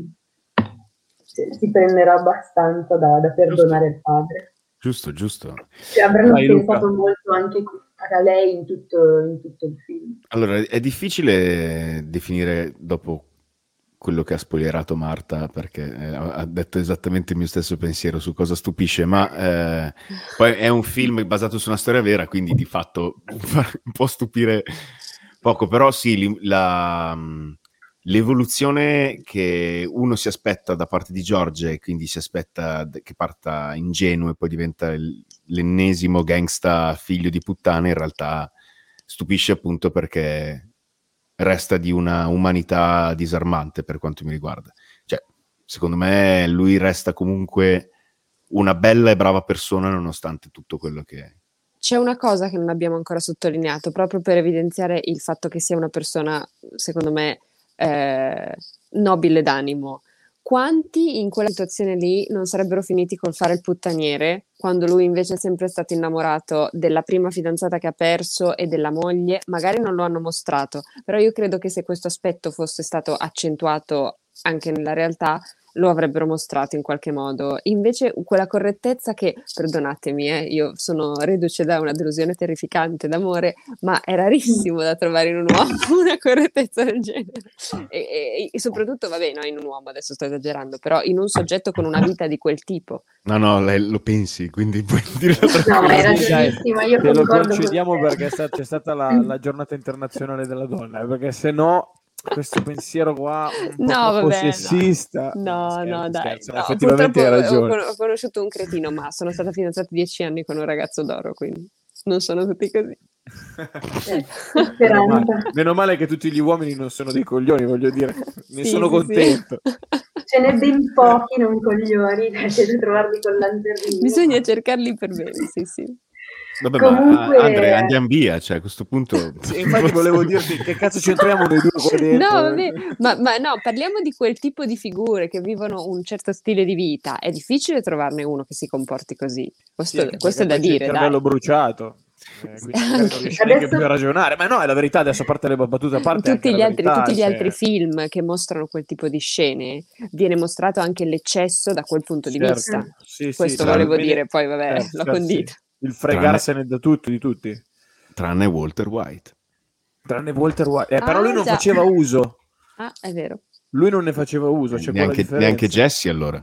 si prenderà abbastanza da perdonare il padre. Giusto. Cioè, avranno Vai, pensato Luca. molto anche a lei in tutto il film. Allora, è difficile definire dopo quello che ha spoilerato Marta, perché ha detto esattamente il mio stesso pensiero su cosa stupisce, ma poi è un film basato su una storia vera, quindi di fatto può stupire poco, però sì, l'evoluzione che uno si aspetta da parte di George, e quindi si aspetta che parta ingenuo e poi diventa l'ennesimo gangsta figlio di puttana, in realtà stupisce appunto perché resta di una umanità disarmante per quanto mi riguarda. Cioè, secondo me lui resta comunque una bella e brava persona nonostante tutto quello che è. C'è una cosa che non abbiamo ancora sottolineato, proprio per evidenziare il fatto che sia una persona, secondo me, nobile d'animo. Quanti in quella situazione lì non sarebbero finiti col fare il puttaniere, quando lui invece è sempre stato innamorato della prima fidanzata che ha perso e della moglie? Magari non lo hanno mostrato, però io credo che se questo aspetto fosse stato accentuato anche nella realtà, lo avrebbero mostrato in qualche modo. Invece quella correttezza che, perdonatemi, io sono reduce da una delusione terrificante d'amore, ma è rarissimo da trovare in un uomo una correttezza del genere. E soprattutto, vabbè, no, in un uomo, adesso sto esagerando, però in un soggetto con una vita di quel tipo. No, lei lo pensi, quindi puoi dire la No, ma era giustissima, io Te lo concordo concediamo con te. perché c'è stata la giornata internazionale della donna, perché se no questo pensiero qua un po' No, troppo vabbè, sessista. no, dai. Scherzo, No, effettivamente hai purtroppo ragione. ho conosciuto un cretino, ma sono stata fidanzata 10 anni con un ragazzo d'oro, quindi non sono tutti così. Meno male che tutti gli uomini non sono dei coglioni, voglio dire, ne Sì, sono sì, contento. Ce n'è ben pochi non coglioni, c'è da trovarli con lanternino. Bisogna cercarli per bene, sì. Vabbè, Comunque... ma Andre, andiamo via, cioè a questo punto... Sì, infatti volevo dirti che cazzo c'entriamo noi due qua dentro. No, vabbè, ma no, parliamo di quel tipo di figure che vivono un certo stile di vita. È difficile trovarne uno che si comporti così. Questo è da dire, il cervello dai. bruciato. Quindi magari non riesci neanche più a ragionare, ma no, è la verità. Adesso, a parte le battute a parte, Tutti gli verità, altri film che mostrano quel tipo di scene, viene mostrato anche l'eccesso da quel punto di vista. Sì, Questo sì, volevo dire, poi vabbè, l'ho condito. Sì. Il fregarsene da tutto, di tutti. Tranne Walter White. Però lui non faceva uso. Ah, è vero. Lui non ne faceva uso. C'è neanche Jesse, allora.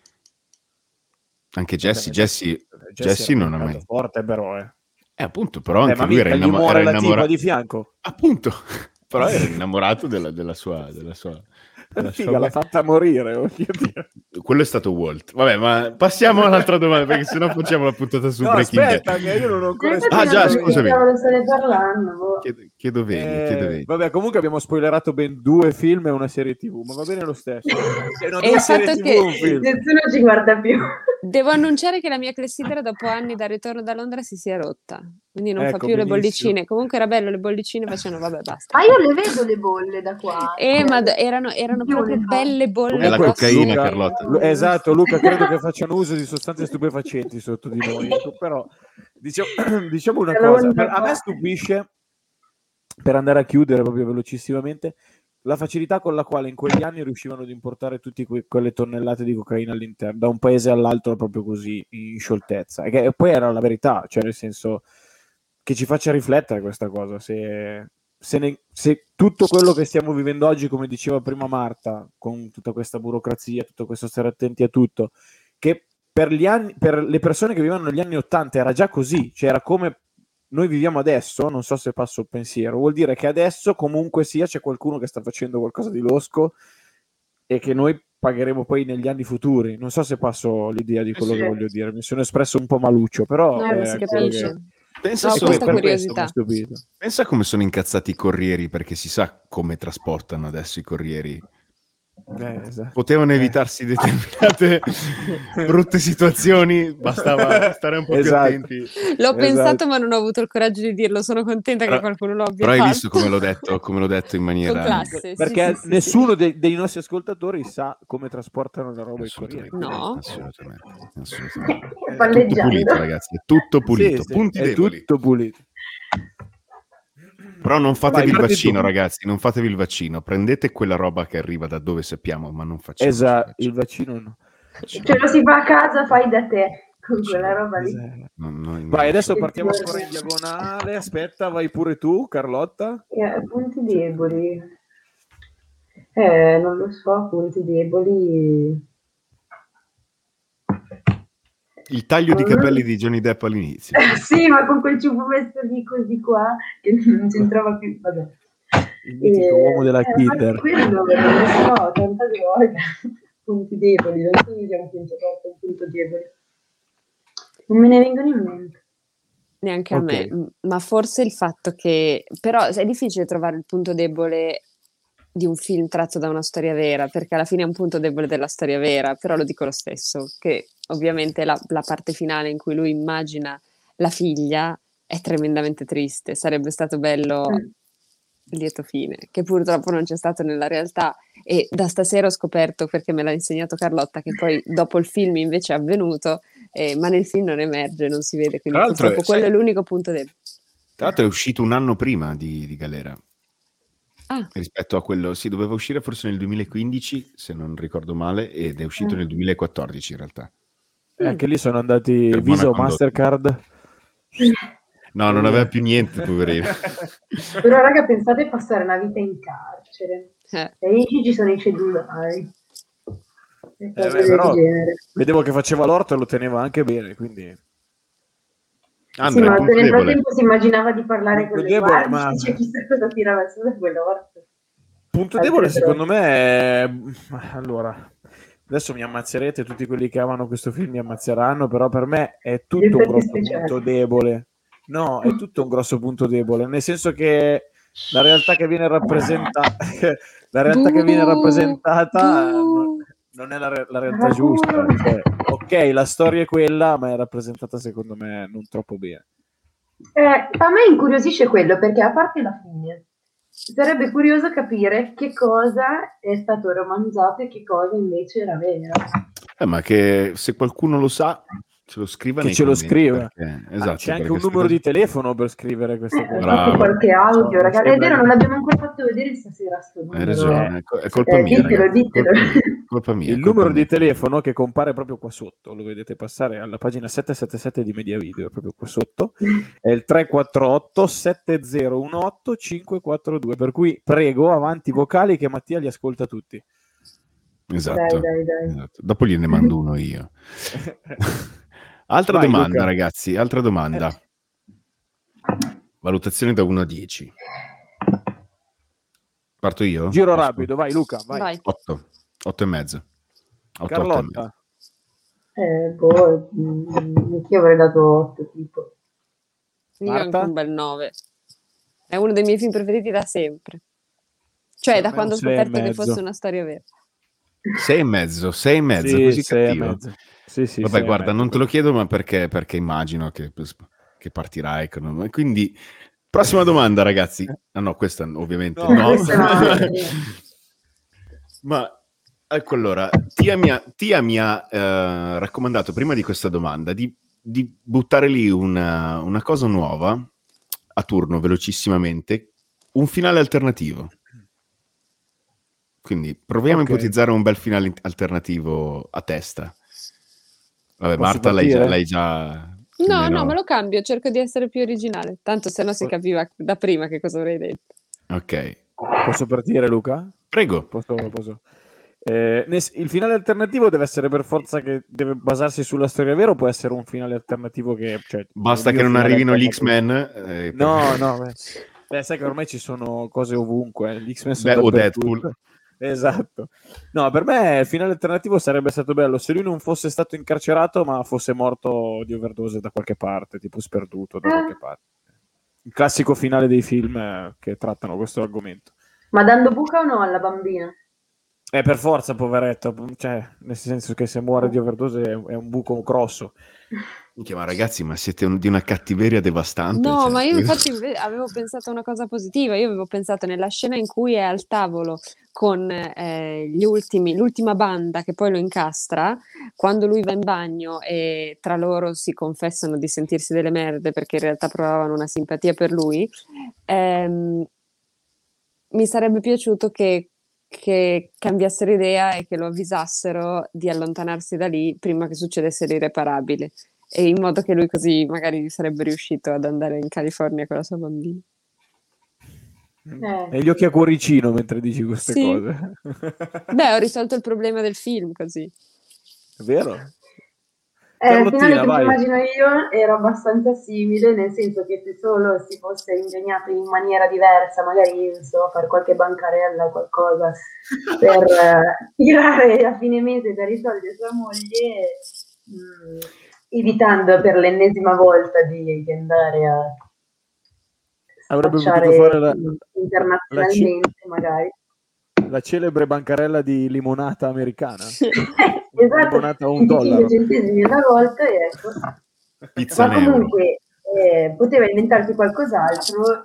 Anche Jesse non ha mai... forte, però, appunto, però anche lui era innamorato di fianco. Appunto, però era innamorato della sua Figa, l'ha fatta morire, voglio dire. Quello è stato Walt. Vabbè, ma passiamo all'altra domanda, perché sennò facciamo la puntata su Breaking Bad. Aspetta, che io non ho ancora... già, scusami. Parlando. Chiedo veni. Vabbè, comunque abbiamo spoilerato ben 2 film e una serie TV, ma va bene lo stesso. E il fatto che nessuno ci guarda più. Devo annunciare che la mia clessidra dopo anni dal ritorno da Londra si è rotta, quindi non fa più le bollicine. Comunque era bello, le bollicine facevano, vabbè, basta. Ma io le vedo le bolle da qua. Ma erano proprio belle bolle. È la cocaina, Carlotta. Esatto, Luca, credo che facciano uso di sostanze stupefacenti sotto di noi. Però diciamo una cosa, a me stupisce, per andare a chiudere proprio velocissimamente, la facilità con la quale in quegli anni riuscivano ad importare tutte quelle tonnellate di cocaina all'interno, da un paese all'altro proprio così, in scioltezza. E poi era la verità, cioè nel senso che ci faccia riflettere questa cosa, se tutto quello che stiamo vivendo oggi, come diceva prima Marta, con tutta questa burocrazia, tutto questo stare attenti a tutto, che per le persone che vivevano negli anni 80 era già così, cioè era come noi viviamo adesso, non so se passo il pensiero, vuol dire che adesso comunque sia c'è qualcuno che sta facendo qualcosa di losco e che noi pagheremo poi negli anni futuri. Non so se passo l'idea di quello che voglio dire, mi sono espresso un po' maluccio, però si capisce. Pensa, questa curiosità. Pensa come sono incazzati i corrieri, perché si sa come trasportano adesso i corrieri. Esatto. Potevano evitarsi determinate brutte situazioni, bastava stare un po' più attenti. L'ho pensato, ma non ho avuto il coraggio di dirlo. Sono contenta che qualcuno lo abbia fatto. Però hai fatto. visto come l'ho detto in maniera... Con classe, perché nessuno dei nostri ascoltatori sa come trasportano la roba i corrieri. No. Assolutamente. È tutto pulito, ragazzi, è tutto pulito. Punti è deboli. tutto pulito. Però non fatevi il vaccino, ragazzi, non fatevi il vaccino. Prendete quella roba che arriva da dove sappiamo, ma non facciamo il vaccino no. Ce lo si fa a casa, fai da te con quella roba lì. Vai, adesso partiamo ancora in diagonale. Aspetta, vai pure tu, Carlotta. Punti deboli. Non lo so, punti deboli. Il taglio di capelli di Johnny Depp all'inizio. Sì, ma con quel ciuffo di così qua che non c'entrava più. Vabbè. Il mitico uomo della Kinder. Quello non lo so, tanta droga. Punti deboli, non so se abbiamo un punto debole. Non me ne vengono in mente. Neanche a me, ma forse il fatto che... Però è difficile trovare il punto debole di un film tratto da una storia vera, perché alla fine è un punto debole della storia vera, però lo dico lo stesso, che ovviamente la parte finale in cui lui immagina la figlia è tremendamente triste, sarebbe stato bello il lieto fine, che purtroppo non c'è stato nella realtà, e da stasera ho scoperto, perché me l'ha insegnato Carlotta, che poi dopo il film invece è avvenuto, ma nel film non emerge, non si vede, quindi purtroppo quello è l'unico punto debole. Tra l'altro è uscito un anno prima di Galera. Rispetto a quello, doveva uscire forse nel 2015 se non ricordo male, ed è uscito nel 2014 in realtà. Anche lì sono andati Visa o Mastercard. No, non aveva più niente, poverino. Però raga, pensate a passare una vita in carcere e lì ci sono i cellulari, però vedevo che faceva l'orto e lo teneva anche bene, quindi Andrea, sì, ma nel frattempo si immaginava di parlare con le guardie, ma... c'è chissà cosa tirava su da quell'orto. Punto debole secondo me è... Allora, adesso mi ammazzerete, tutti quelli che amano questo film mi ammazzeranno, però per me è tutto un grosso punto debole. No, è tutto un grosso punto debole, nel senso che la realtà che viene rappresentata non è la realtà giusta. Cioè, ok, la storia è quella, ma è rappresentata secondo me non troppo bene. A me incuriosisce quello, perché a parte la fine sarebbe curioso capire che cosa è stato romanzato e che cosa invece era vero. Ma che se qualcuno lo sa, ce lo scriva nei commenti, scriva. Esatto, c'è anche un numero di telefono per scrivere queste cose. Qualche audio, ragazzi. È vero, non l'abbiamo ancora fatto vedere stasera sto numero. Hai ragione, è colpa mia. Ditelo. Colpa mia. Il numero di telefono che compare proprio qua sotto, lo vedete passare alla pagina 777 di Media Video, proprio qua sotto, è il 348 7018 542, per cui prego, avanti vocali che Mattia li ascolta tutti. Esatto. Dai. Esatto. Dopo gliene mando uno io. Altra domanda, Luca. Ragazzi, altra domanda. Valutazione da 1 a 10. Parto io? Giro rapido, vai Luca, vai. 8 e mezzo. 8, Carlotta. Io avrei dato 8 tipo. Io anche un bel 9. È uno dei miei film preferiti da sempre. Cioè, da quando ho scoperto che fosse una storia vera. 6 e mezzo, così cattivo. Sì, vabbè, guarda, non te lo chiedo, ma perché immagino che partirai con... Quindi, prossima domanda, ragazzi. No, questa ovviamente no. Ma ecco, allora, Tia mi ha raccomandato prima di questa domanda di buttare lì una cosa nuova a turno, velocissimamente, un finale alternativo. Quindi proviamo a ipotizzare un bel finale alternativo a testa. Vabbè, Marta, l'hai già... No, me lo cambio, cerco di essere più originale. Tanto se no si capiva da prima che cosa avrei detto. Ok. Posso partire, Luca? Prego. Posso. Il finale alternativo deve essere per forza che deve basarsi sulla storia vera, o può essere un finale alternativo che... Cioè, basta che non arrivino gli X-Men. No. Sai che ormai ci sono cose ovunque. Gli X-Men sono o Deadpool. Esatto. No, per me il finale alternativo sarebbe stato bello se lui non fosse stato incarcerato, ma fosse morto di overdose da qualche parte, tipo sperduto da qualche parte. Il classico finale dei film che trattano questo argomento. Ma dando buca o no alla bambina? Per forza, poveretto, cioè, nel senso che se muore di overdose è un buco grosso. Ma ragazzi, ma siete di una cattiveria devastante. No, cioè. ma io infatti avevo pensato a una cosa positiva. Io avevo pensato nella scena in cui è al tavolo con l'ultima banda che poi lo incastra, quando lui va in bagno e tra loro si confessano di sentirsi delle merde perché in realtà provavano una simpatia per lui. Mi sarebbe piaciuto che cambiassero idea e che lo avvisassero di allontanarsi da lì prima che succedesse l'irreparabile, e in modo che lui così magari sarebbe riuscito ad andare in California con la sua bambina. E gli occhi a cuoricino mentre dici queste Sì. cose. Beh, ho risolto il problema del film così. È vero? Il finale Carlottina, che mi vai. immagino io era abbastanza simile, nel senso che se solo si fosse ingegnato in maniera diversa, magari fare qualche bancarella o qualcosa per tirare a fine mese per i soldi a sua moglie, evitando per l'ennesima volta di andare a Avrebbe spacciare potuto fare internazionalmente magari. la celebre bancarella di limonata americana. Esatto, Limonata a $1. 25 centesimi una volta e ecco. Pizza Ma comunque poteva inventarsi qualcos'altro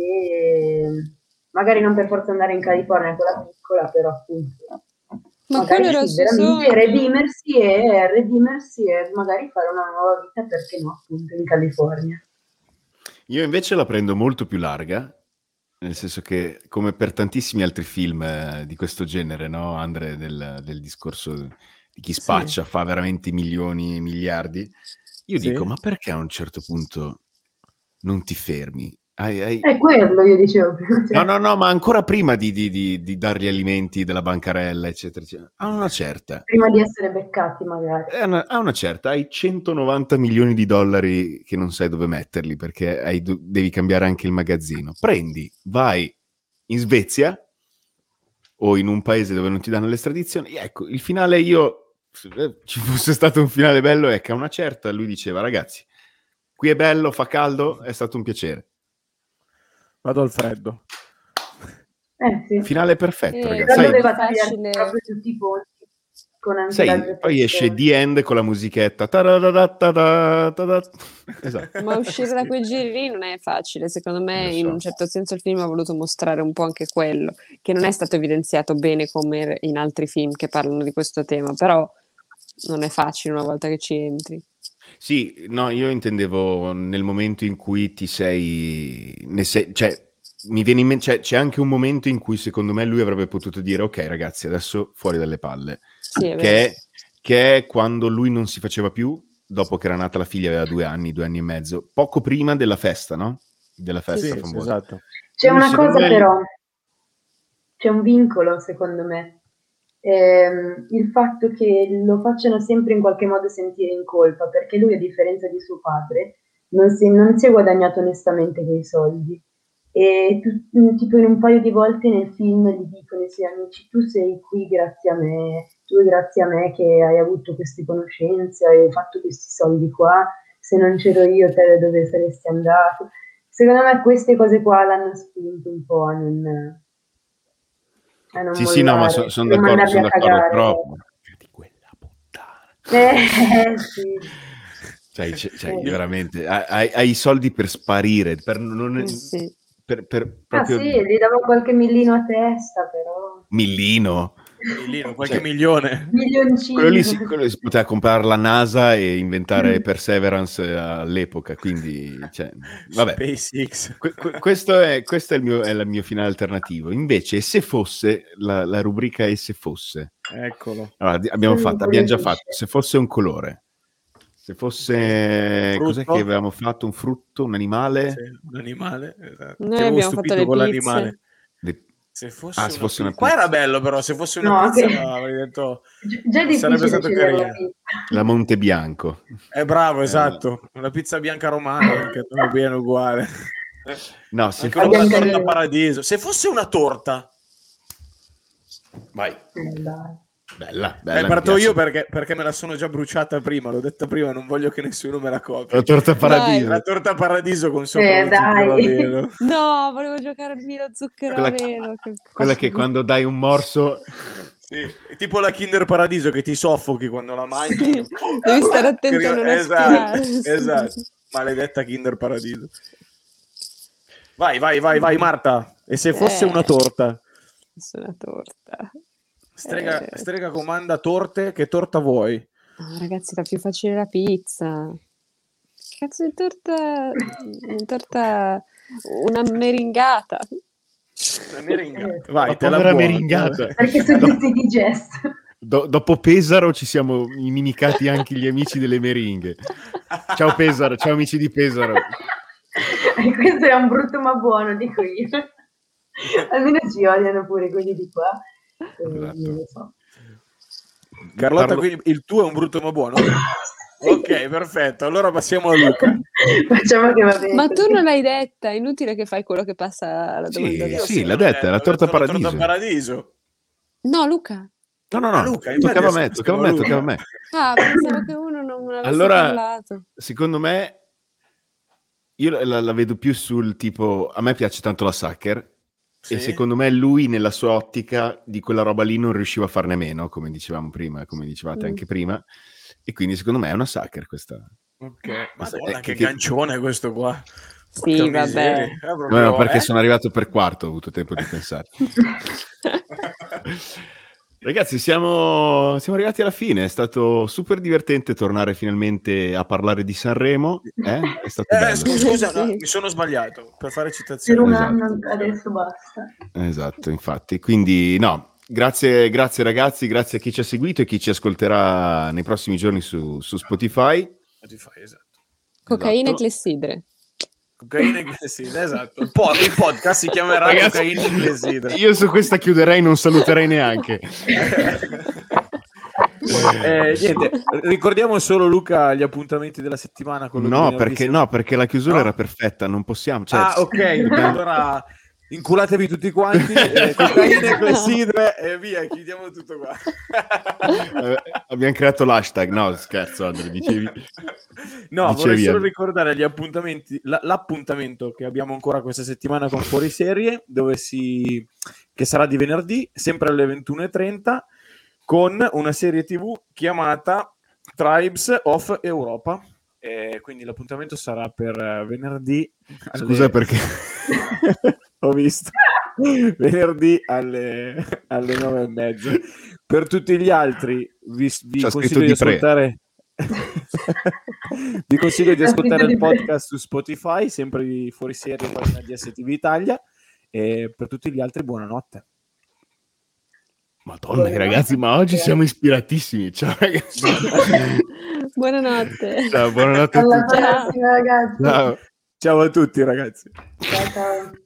e magari non per forza andare in California con la piccola, però appunto Ma magari quello era il sì, suo veramente sogno. redimersi e magari fare una nuova vita, perché no, appunto in California. Io invece la prendo molto più larga, nel senso che, come per tantissimi altri film di questo genere, no, Andre, del discorso di chi spaccia, fa veramente milioni e miliardi, io Sì. dico, ma perché a un certo punto non ti fermi? È quello, io dicevo prima. Cioè, No, ma ancora prima di dargli alimenti della bancarella, eccetera, eccetera. A una certa. prima di essere beccati magari. A una certa hai 190 milioni di dollari che non sai dove metterli perché devi cambiare anche il magazzino. Prendi, vai in Svezia o in un paese dove non ti danno l'estradizione. Ecco, il finale se ci fosse stato un finale bello è che a una certa lui diceva, ragazzi, qui è bello, fa caldo, è stato un piacere. Vado al freddo. Sì. Finale perfetto, ragazzi. Però Sai, doveva tagliare proprio tutti i ponti con antiraggio. poi esce The End con la musichetta. Ta-da-da-da-ta-da-ta-da. Esatto. Ma uscire da quei giri lì non è facile. Secondo me, in un certo senso, il film ha voluto mostrare un po' anche quello, che non è stato evidenziato bene come in altri film che parlano di questo tema, però non è facile una volta che ci entri. Sì, no, io intendevo nel momento in cui cioè, mi viene in mente, cioè, c'è anche un momento in cui secondo me lui avrebbe potuto dire ok ragazzi, adesso fuori dalle palle, Sì, è che è quando lui non si faceva più, dopo che era nata la figlia, aveva 2 anni e mezzo, poco prima della festa, no? Della festa Sì, famosa. esatto. C'è Lui, una secondo cosa me, però, c'è un vincolo secondo me, il fatto che lo facciano sempre in qualche modo sentire in colpa, perché lui, a differenza di suo padre, non si è guadagnato onestamente quei soldi, e tipo in un paio di volte nel film gli dicono ai suoi amici: tu sei qui grazie a me, tu è grazie a me che hai avuto queste conoscenze, hai fatto questi soldi qua, se non c'ero io te dove saresti andato. Secondo me queste cose qua l'hanno spinto un po' a non Sì, no, ma sono d'accordo proprio. Di quella puttana. Sì. Cioè, veramente, hai i soldi per sparire, per non... Sì. Per proprio... sì, gli davo qualche millino a testa, però. Millino, qualche milione. Milioncino. quello lì si poteva comprare la NASA e inventare Perseverance all'epoca, quindi cioè, vabbè. SpaceX. Questo è il mio finale alternativo. Invece, se fosse la rubrica e se fosse, eccolo, allora, abbiamo già fatto se fosse un colore, se fosse cos'è che avevamo fatto, un frutto, un animale. Sì, un animale, esatto. Noi abbiamo fatto le con pizze. L'animale. Se fosse una pizza. Qua era bello, però se fosse una pizza avrei detto già è sarebbe stato carino. La Monte Bianco. È bravo, esatto. Una pizza bianca romana che va bene uguale. No, se anche una torta paradiso. Se fosse una torta. Vai. Dai. Bella. Parto io perché me la sono già bruciata prima, l'ho detta prima, non voglio che nessuno me la copia. La torta paradiso. La torta paradiso con sopra lo zucchero a velo. No, volevo giocare al mio zucchero a velo. Quella che quando dai un morso... Sì, è tipo la Kinder Paradiso che ti soffochi quando la mangi. Devi stare attento a non aspirare. Esatto, maledetta Kinder Paradiso. Vai Marta. E se fosse una torta? Fosse una torta. Strega comanda torte, che torta vuoi? Oh, ragazzi, la più facile è la pizza. Cazzo di torta? Una meringata. Una meringata. Vai, te la buona meringata. Perché sono tutti digesti. Dopo Pesaro ci siamo inimicati anche gli amici delle meringhe. Ciao Pesaro, ciao amici di Pesaro. Questo è un brutto ma buono, dico io. Almeno ci odiano pure quelli di qua. Non lo so. Carlotta, quindi il tuo è un brutto ma buono? Ok, perfetto. Allora passiamo a Luca. Facciamo che va bene. Ma tu non l'hai detta, è inutile che fai quello che passa alla domanda. Sì, l'ha detta, la torta paradiso. No, Luca. No, Luca, toccava a me. Ah, pensavo che uno non avesse parlato. Secondo me, io la vedo più sul tipo, a me piace tanto la Sacher, sì. E secondo me lui nella sua ottica di quella roba lì non riusciva a farne meno, come dicevamo prima, come dicevate anche prima, e quindi secondo me è una Sacher questa. Ok, Madonna, che gancione questo qua. Sì, vabbè. No, perché sono arrivato per quarto, ho avuto tempo di pensare. Ragazzi, siamo arrivati alla fine, è stato super divertente tornare finalmente a parlare di Sanremo. È stato bello. Scusa, no, mi sono sbagliato per fare citazione. Per un anno adesso basta. Esatto, infatti. Quindi no, grazie ragazzi, grazie a chi ci ha seguito e chi ci ascolterà nei prossimi giorni su Spotify. Esatto. Cocaina e clessidre. Cocaina e clessidre, esatto. Il podcast si chiamerà Cocaina e clessidre. Io su questa chiuderei, non saluterei neanche. Niente, ricordiamo solo Luca gli appuntamenti della settimana. Perché la chiusura era perfetta, non possiamo. Ok, allora inculatevi tutti quanti, cocaina e clessidre e via, chiudiamo tutto qua. Abbiamo creato l'hashtag, no scherzo Andrea, dicevi. No, vorrei solo ricordare gli appuntamenti, l'appuntamento che abbiamo ancora questa settimana con Fuoriserie, che sarà di venerdì, sempre alle 21:30, con una serie TV chiamata Tribes of Europa. Quindi l'appuntamento sarà per venerdì. Scusa perché ho visto venerdì alle 9:30. Per tutti gli altri vi consiglio di ascoltare vi consiglio di ascoltare il podcast su Spotify, sempre di Fuoriserie, pagina di STV Italia, e per tutti gli altri buonanotte. Madonna ragazzi, ma oggi siamo ispiratissimi. Ciao ragazzi. Buonanotte. Ciao, buonanotte a tutti. Alla prossima, ragazzi. Ciao. Ciao a tutti ragazzi. Ciao.